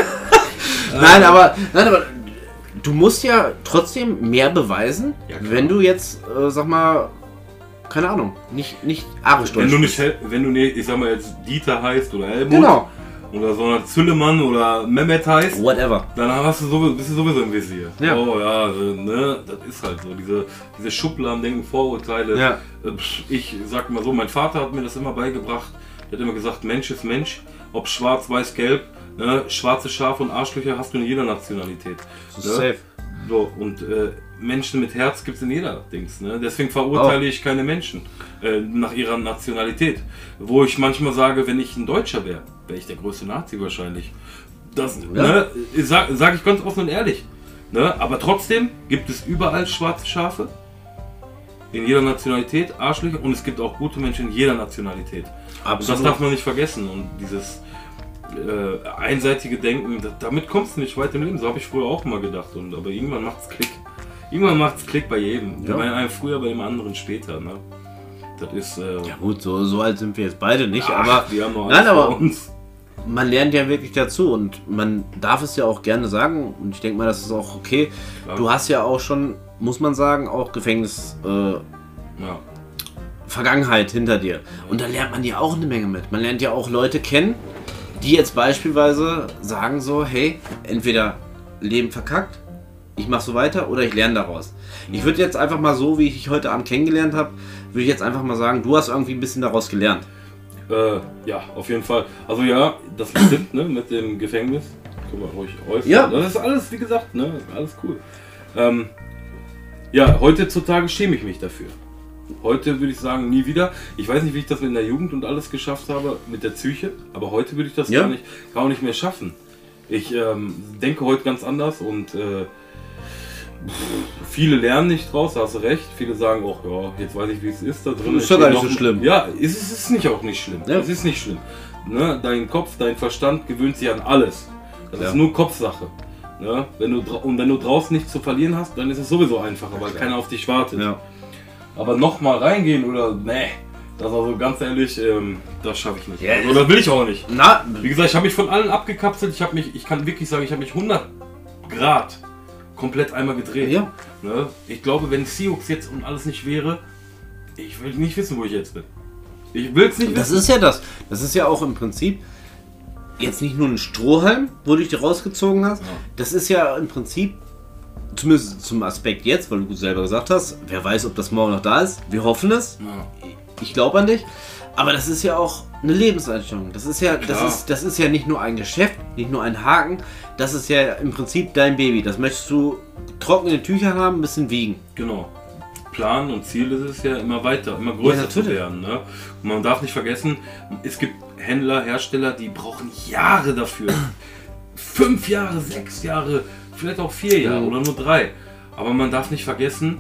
nein, aber, nein, aber du musst ja trotzdem mehr beweisen, Ja, klar. wenn du jetzt, äh, sag mal, keine Ahnung, nicht, nicht arisch Wenn Deutsch du bist. nicht, wenn du nicht, ich sag mal jetzt Dieter heißt oder Helmut Genau, oder so ein Züllemann oder Mehmet heißt, whatever. dann hast du sowieso, bist du sowieso im Visier. Ja. Oh ja, äh, ne, das ist halt so. Diese, diese Schubladendenken, Vorurteile. Ja. Äh, pff, Ich sag mal so, mein Vater hat mir das immer beigebracht. Er hat immer gesagt, Mensch ist Mensch, ob schwarz, weiß, gelb. Ne, schwarze Schafe und Arschlöcher hast du in jeder Nationalität. Das ist Ne? safe. So, und äh, Menschen mit Herz gibt es in jeder Dings. Ne? Deswegen verurteile ich keine Menschen äh, nach ihrer Nationalität. Wo ich manchmal sage, wenn ich ein Deutscher wäre, wäre ich der größte Nazi wahrscheinlich. Das Ja. ne, sage sag ich ganz offen und ehrlich. Ne? Aber trotzdem gibt es überall schwarze Schafe. In jeder Nationalität, Arschlöcher. Und es gibt auch gute Menschen in jeder Nationalität. Und das darf man nicht vergessen. Und dieses äh, einseitige Denken, da, damit kommst du nicht weit im Leben. So habe ich früher auch mal gedacht. Und, aber irgendwann macht's Klick. Irgendwann macht's Klick bei jedem. Ja. Bei einem früher, bei dem anderen später. Ne? Das ist. Äh, Ja gut, so, so alt sind wir jetzt beide nicht, ach, aber wir haben noch nein, alles aber- vor uns. man lernt ja wirklich dazu und man darf es ja auch gerne sagen und ich denke mal, das ist auch okay. Ja. Du hast ja auch schon, muss man sagen, auch Gefängnis äh, Ja. Vergangenheit hinter dir und da lernt man ja auch eine Menge mit. Man lernt ja auch Leute kennen, die jetzt beispielsweise sagen so, hey, entweder Leben verkackt, ich mache so weiter oder ich lerne daraus. Ich würde jetzt einfach mal so, wie ich dich heute Abend kennengelernt habe, würde ich jetzt einfach mal sagen, du hast irgendwie ein bisschen daraus gelernt. Äh, ja, auf jeden Fall. Also ja, das stimmt, ne, mit dem Gefängnis. Können wir ruhig äußern. Ja. Das ist alles, wie gesagt, ne, alles cool. Ähm, ja, heutzutage schäme ich mich dafür. Heute würde ich sagen, nie wieder. Ich weiß nicht, wie ich das in der Jugend und alles geschafft habe, mit der Psyche, aber heute würde ich das ja. gar nicht, gar nicht mehr schaffen. Ich ähm, denke heute ganz anders und äh, viele lernen nicht draus, da hast du recht. Viele sagen auch, ja, jetzt weiß ich, wie es ist da drin. Das ist doch gar nicht so schlimm. Ja, es ist, es ist nicht auch nicht schlimm. Ja. Es ist nicht schlimm. Ne? Dein Kopf, dein Verstand gewöhnt sich an alles. Das ja. ist nur Kopfsache. Ne? Wenn du, und wenn du draußen nichts zu verlieren hast, dann ist es sowieso einfacher, weil keiner auf dich wartet. Ja. Aber nochmal reingehen oder, nee, das also ganz ehrlich, ähm, das schaffe ich nicht. Ja, also, das will ich auch nicht. Na, Wie gesagt, ich habe mich von allen abgekapselt. Ich habe mich, ich kann wirklich sagen, ich habe mich hundert Grad komplett einmal gedreht. Ja. Ne? Ich glaube, wenn Sioux jetzt und alles nicht wäre, ich will nicht wissen, wo ich jetzt bin. Ich will es nicht das wissen. ist ja das. Das ist ja auch im Prinzip jetzt nicht nur ein Strohhalm, wo du dich rausgezogen hast. Ja. Das ist ja im Prinzip, zumindest zum Aspekt jetzt, weil du selber gesagt hast, wer weiß, ob das morgen noch da ist. Wir hoffen es. Ja. Ich glaube an dich. Aber das ist ja auch eine Lebenseinstellung. Das ist ja, das Klar. ist, das ist ja nicht nur ein Geschäft, nicht nur ein Haken. Das ist ja im Prinzip dein Baby. Das möchtest du trockene Tücher haben, ein bisschen wiegen. Genau. Plan und Ziel ist es ja immer weiter, immer größer Ja, zu werden. Ne? Und man darf nicht vergessen, es gibt Händler, Hersteller, die brauchen Jahre dafür. Fünf Jahre, sechs Jahre, vielleicht auch vier Jahre Mhm. oder nur drei. Aber man darf nicht vergessen,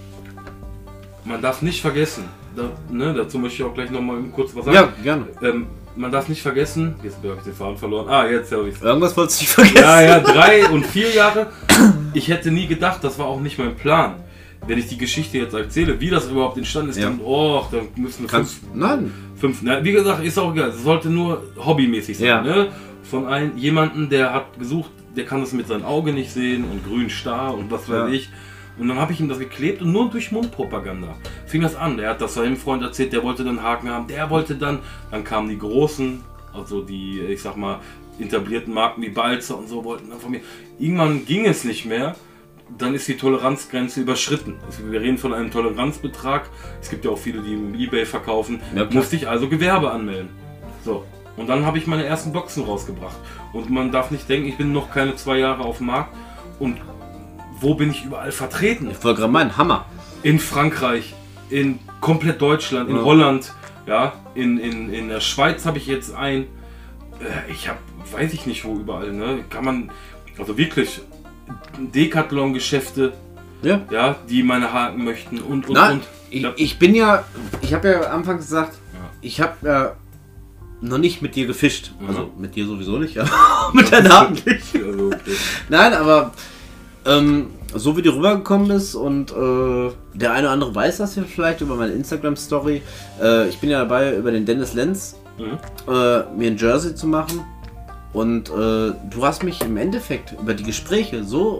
man darf nicht vergessen, da, ne, dazu möchte ich auch gleich nochmal kurz was sagen. Ja, gerne. Ähm, man darf nicht vergessen, jetzt habe ich den Faden verloren. Ah, jetzt habe ich es. Irgendwas wolltest du nicht vergessen. Ja, ja, drei und vier Jahre. Ich hätte nie gedacht, das war auch nicht mein Plan. Wenn ich die Geschichte jetzt erzähle, wie das überhaupt entstanden ist, Ja. dann, oh, dann müssen wir Kannst, fünf, nein. fünf, na, wie gesagt, ist auch egal, es sollte nur hobbymäßig sein, Ja. ne? Von einem, jemanden, der hat gesucht, der kann das mit seinem Auge nicht sehen und grün starr und was weiß Ja. ich. Und dann habe ich ihm das geklebt und nur durch Mundpropaganda fing das an. Der hat das seinem Freund erzählt, der wollte dann Haken haben, der wollte dann, dann kamen die Großen, also die, ich sag mal, etablierten Marken wie Balzer und so wollten dann von mir. Irgendwann ging es nicht mehr. Dann ist die Toleranzgrenze überschritten. Also wir reden von einem Toleranzbetrag. Es gibt ja auch viele, die im eBay verkaufen. Ja, klar. Musste ich also Gewerbe anmelden. So. Und dann habe ich meine ersten Boxen rausgebracht. Und man darf nicht denken, ich bin noch keine zwei Jahre auf dem Markt. Und wo bin ich überall vertreten? Ich wollte gerade meinen, Hammer. In Frankreich, in komplett Deutschland, in Ja. Holland, ja, in, in, in der Schweiz habe ich jetzt ein. Äh, ich habe, weiß ich nicht wo überall, ne? Kann man, also wirklich Decathlon-Geschäfte, Ja. ja, die meine Haken möchten und und Na, und. ich, Ja. ich bin ja, ich habe ja anfangs gesagt, Ja. ich habe ja noch nicht mit dir gefischt. Mhm. Also mit dir sowieso nicht, aber mit der namentlich. Also, okay. Nein, aber ähm, so wie du rübergekommen bist und äh, der eine oder andere weiß das ja vielleicht über meine Instagram-Story. Äh, ich bin ja dabei, über den Dennis Lenz Mhm. äh, mir ein Jersey zu machen. Und äh, du hast mich im Endeffekt über die Gespräche so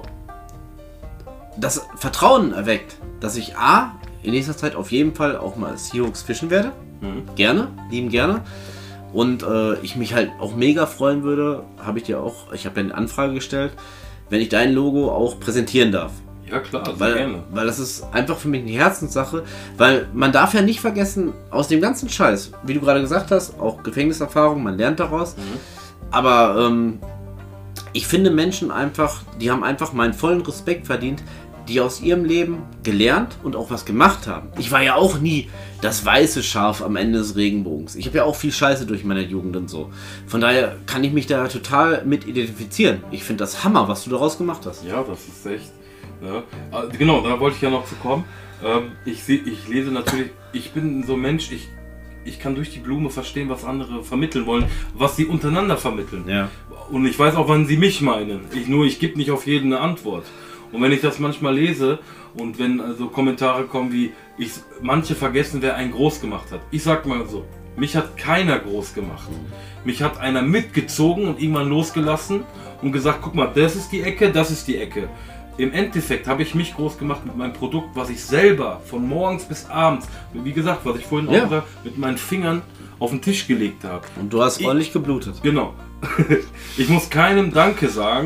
das Vertrauen erweckt, dass ich A, in nächster Zeit auf jeden Fall auch mal Seahawks fischen werde. Mhm. Gerne, lieben gerne. Und äh, ich mich halt auch mega freuen würde, habe ich dir auch, ich habe dir eine Anfrage gestellt, wenn ich dein Logo auch präsentieren darf. Ja klar, sehr Weil, gerne. weil das ist einfach für mich eine Herzenssache, weil man darf ja nicht vergessen, aus dem ganzen Scheiß, wie du gerade gesagt hast, auch Gefängniserfahrung, man lernt daraus, Mhm. aber ähm, ich finde Menschen einfach, die haben einfach meinen vollen Respekt verdient, die aus ihrem Leben gelernt und auch was gemacht haben. Ich war ja auch nie das weiße Schaf am Ende des Regenbogens. Ich habe ja auch viel Scheiße durch meine Jugend und so. Von daher kann ich mich da total mit identifizieren. Ich finde das Hammer, was du daraus gemacht hast. Ja, das ist echt. Ne? Ah, genau, da wollte ich ja noch zu kommen. Ähm, ich, seh, ich lese natürlich, ich bin so ein Mensch, ich, ich kann durch die Blume verstehen, was andere vermitteln wollen, was sie untereinander vermitteln. Ja. Und ich weiß auch, wann sie mich meinen. Ich, nur, ich gebe nicht auf jeden eine Antwort. Und wenn ich das manchmal lese und wenn also Kommentare kommen wie, ich, manche vergessen, wer einen groß gemacht hat. Ich sag mal so, mich hat keiner groß gemacht. Mich hat einer mitgezogen und irgendwann losgelassen und gesagt, guck mal, das ist die Ecke, das ist die Ecke. Im Endeffekt habe ich mich groß gemacht mit meinem Produkt, was ich selber von morgens bis abends, wie gesagt, was ich vorhin Ja. auch gesagt habe, mit meinen Fingern auf den Tisch gelegt habe. Und du hast Ich- ordentlich geblutet. Genau. Ich muss keinem Danke sagen,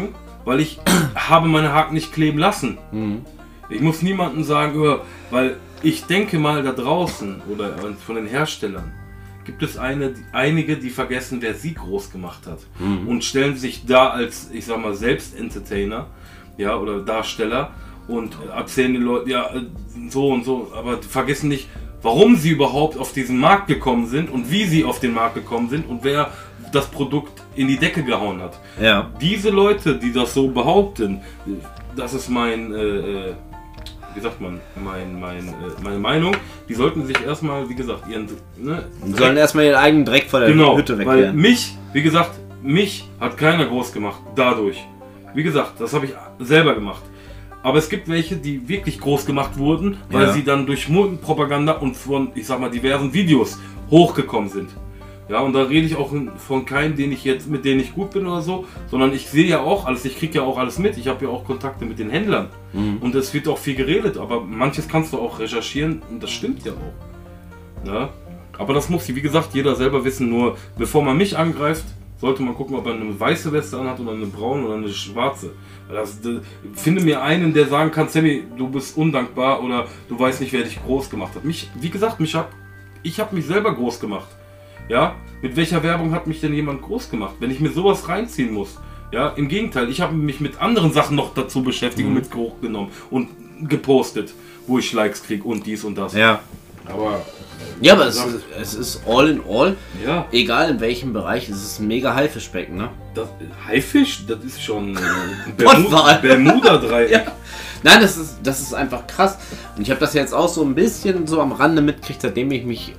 weil ich habe meine Haken nicht kleben lassen. Mhm. Ich muss niemandem sagen, oh, weil ich denke mal da draußen oder von den Herstellern gibt es eine, einige, die vergessen, wer sie groß gemacht hat Mhm. und stellen sich da als, ich sag mal, Selbst-Entertainer, ja, oder Darsteller und erzählen den Leuten, ja, so und so, aber vergessen nicht, warum sie überhaupt auf diesen Markt gekommen sind und wie sie auf den Markt gekommen sind und wer das Produkt in die Decke gehauen hat. Ja. Diese Leute, die das so behaupten, das ist mein, äh, wie sagt man, mein, mein, äh, meine Meinung, die sollten sich erstmal, wie gesagt, ihren... Ne, Die sollen erstmal ihren eigenen Dreck vor der genau, Hütte weil wegkehren. mich, wie gesagt, mich hat keiner groß gemacht, dadurch. Wie gesagt, das habe ich selber gemacht. Aber es gibt welche, die wirklich groß gemacht wurden, weil Ja. sie dann durch Mundpropaganda und von, ich sag mal, diversen Videos hochgekommen sind. Ja, und da rede ich auch von keinem, den ich jetzt, mit denen ich gut bin oder so, sondern ich sehe ja auch alles, ich kriege ja auch alles mit. Ich habe ja auch Kontakte mit den Händlern. Mhm. Und es wird auch viel geredet, aber manches kannst du auch recherchieren und das stimmt ja auch. Ja? Aber das muss, wie gesagt, jeder selber wissen. Nur bevor man mich angreift, sollte man gucken, ob er eine weiße Weste anhat oder eine braune oder eine schwarze. Das, das, finde mir einen, der sagen kann, Sammy, du bist undankbar oder du weißt nicht, wer dich groß gemacht hat. Mich, wie gesagt, mich hab, ich habe mich selber groß gemacht. Ja, mit welcher Werbung hat mich denn jemand groß gemacht, wenn ich mir sowas reinziehen muss? Ja, im Gegenteil, ich habe mich mit anderen Sachen noch dazu beschäftigt Mhm. und mit hochgenommen und gepostet, wo ich Likes kriege und dies und das. Ja. Aber Ja, aber es ist, es ist all in all, ja, egal in welchem Bereich, es ist ein mega Haifischbecken, ne? das Haifisch, das ist schon äh, Pottwal. Bermuda-Dreieck. Ja. Nein, das ist, das ist einfach krass. Und ich habe das jetzt auch so ein bisschen so am Rande mitgekriegt, seitdem ich mich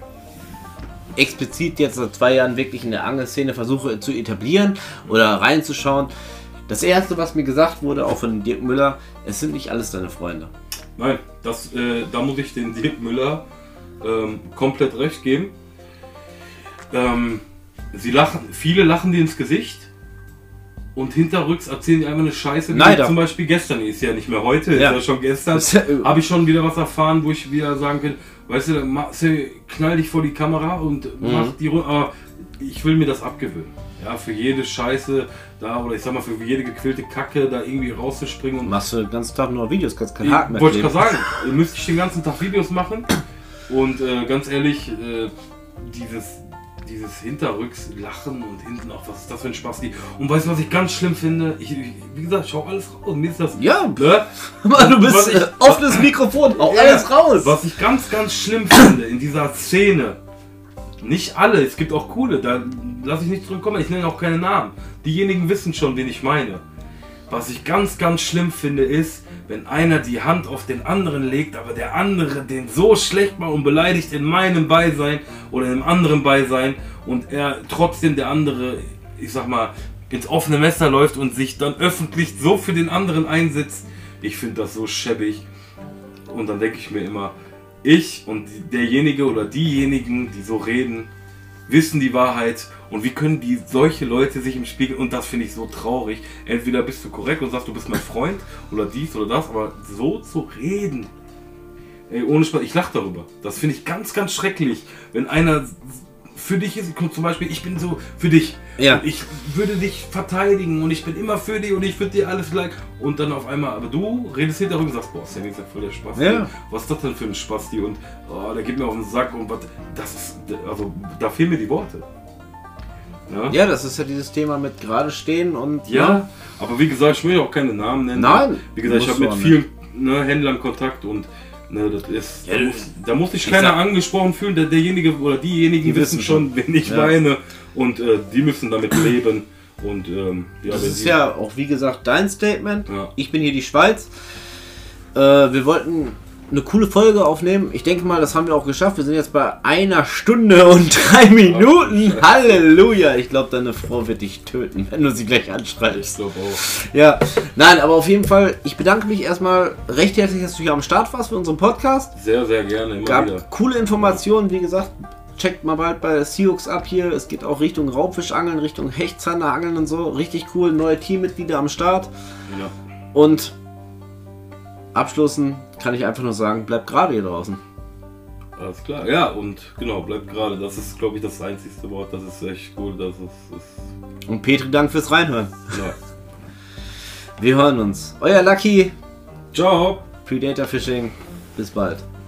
explizit jetzt seit zwei Jahren wirklich in der Angelszene versuche zu etablieren oder reinzuschauen. Das erste, was mir gesagt wurde, auch von Dirk Müller, es sind nicht alles deine Freunde. Nein, das, äh, da muss ich den Dirk Müller ähm, komplett recht geben. Ähm, sie lachen, viele lachen dir ins Gesicht und hinterrücks erzählen die einfach eine Scheiße. Wie Leider. zum Beispiel gestern, ist ja nicht mehr heute, Ja. ist ja schon gestern, Das ist ja- habe ich schon wieder was erfahren, wo ich wieder sagen kann, weißt du, Marcel, knall dich vor die Kamera und Mhm. mach die Runde, aber ich will mir das abgewöhnen. Ja, für jede Scheiße da, oder ich sag mal, für jede gequillte Kacke da irgendwie rauszuspringen und Machst du den ganzen Tag nur Videos, kannst keinen ich Haken mehr wollte ich kleben. gerade sagen, ihr müsst ich den ganzen Tag Videos machen und äh, ganz ehrlich, äh, dieses, dieses hinterrücks Lachen und hinten auch, was ist das für ein Spaß. Die, und weißt du, was ich ganz schlimm finde? Ich, ich, wie gesagt, ich schau alles raus. Mir ist das. Ja, Ne? Mann, du bist Was ich- äh, offenes Mikrofon, hau Ja, alles raus. Was ich ganz, ganz schlimm finde in dieser Szene, nicht alle, es gibt auch coole, da lasse ich nicht drin kommen, ich nenne auch keine Namen. Diejenigen wissen schon, wen ich meine. Was ich ganz, ganz schlimm finde, ist, wenn einer die Hand auf den anderen legt, aber der andere den so schlecht macht und beleidigt in meinem Beisein oder im anderen Beisein und er trotzdem der andere, ich sag mal, ins offene Messer läuft und sich dann öffentlich so für den anderen einsetzt. Ich finde das so schäbig. Und dann denke ich mir immer, ich und derjenige oder diejenigen, die so reden, wissen die Wahrheit. Und wie können die solche Leute sich im Spiegel, und das finde ich so traurig, entweder bist du korrekt und sagst, du bist mein Freund oder dies oder das, aber so zu reden, ey, ohne Spaß, ich lache darüber. Das finde ich ganz, ganz schrecklich, wenn einer für dich ist, zum Beispiel, ich bin so für dich, Ja. und ich würde dich verteidigen und ich bin immer für dich und ich würde dir alles like, und dann auf einmal, aber du redest hinterher und sagst, boah, Sammy ist ja voll der Spasti, Ja. was ist das denn für ein Spasti und oh, der geht mir auf den Sack und was, das ist, also da fehlen mir die Worte. Ja, Ja, das ist ja dieses Thema mit gerade stehen und ja, aber wie gesagt, ich will ja auch keine Namen nennen. Nein, Wie gesagt, ich musst habe du mit auch vielen ne, Händlern Kontakt und ne, das ist, Ja, da, muss, da muss sich ich keiner sag- angesprochen fühlen, der, derjenige oder diejenigen Die wissen wissen schon, wen ich Ja. meine und äh, die müssen damit leben und ähm, ja, Das wenn ist sie- ja auch wie gesagt dein Statement. Ja. Ich bin hier die Schweiz. Äh, wir wollten eine coole Folge aufnehmen. Ich denke mal, das haben wir auch geschafft. Wir sind jetzt bei einer Stunde und drei Minuten. Scheiße. Halleluja. Ich glaube, deine Frau wird dich töten, wenn du sie gleich ich anschreibst. glaube auch. Ja, nein, aber auf jeden Fall, ich bedanke mich erstmal recht herzlich, dass du hier am Start warst für unseren Podcast. Sehr, sehr gerne, immer Gab wieder. coole Informationen, wie gesagt. Checkt mal bald bei Seahooks ab hier. Es geht auch Richtung Raubfischangeln, Richtung Hechtzanderangeln und so. Richtig cool. Neue Teammitglieder am Start. Ja. Und abschließend kann ich einfach nur sagen, bleibt gerade hier draußen. Alles klar, ja, und genau, bleibt gerade. Das ist, glaube ich, das einzigste Wort. Das ist echt cool. Das ist, ist Und Petri, Dank fürs Reinhören. ja. Wir hören uns. Euer Lucky. Ciao. Predator Fishing. Bis bald.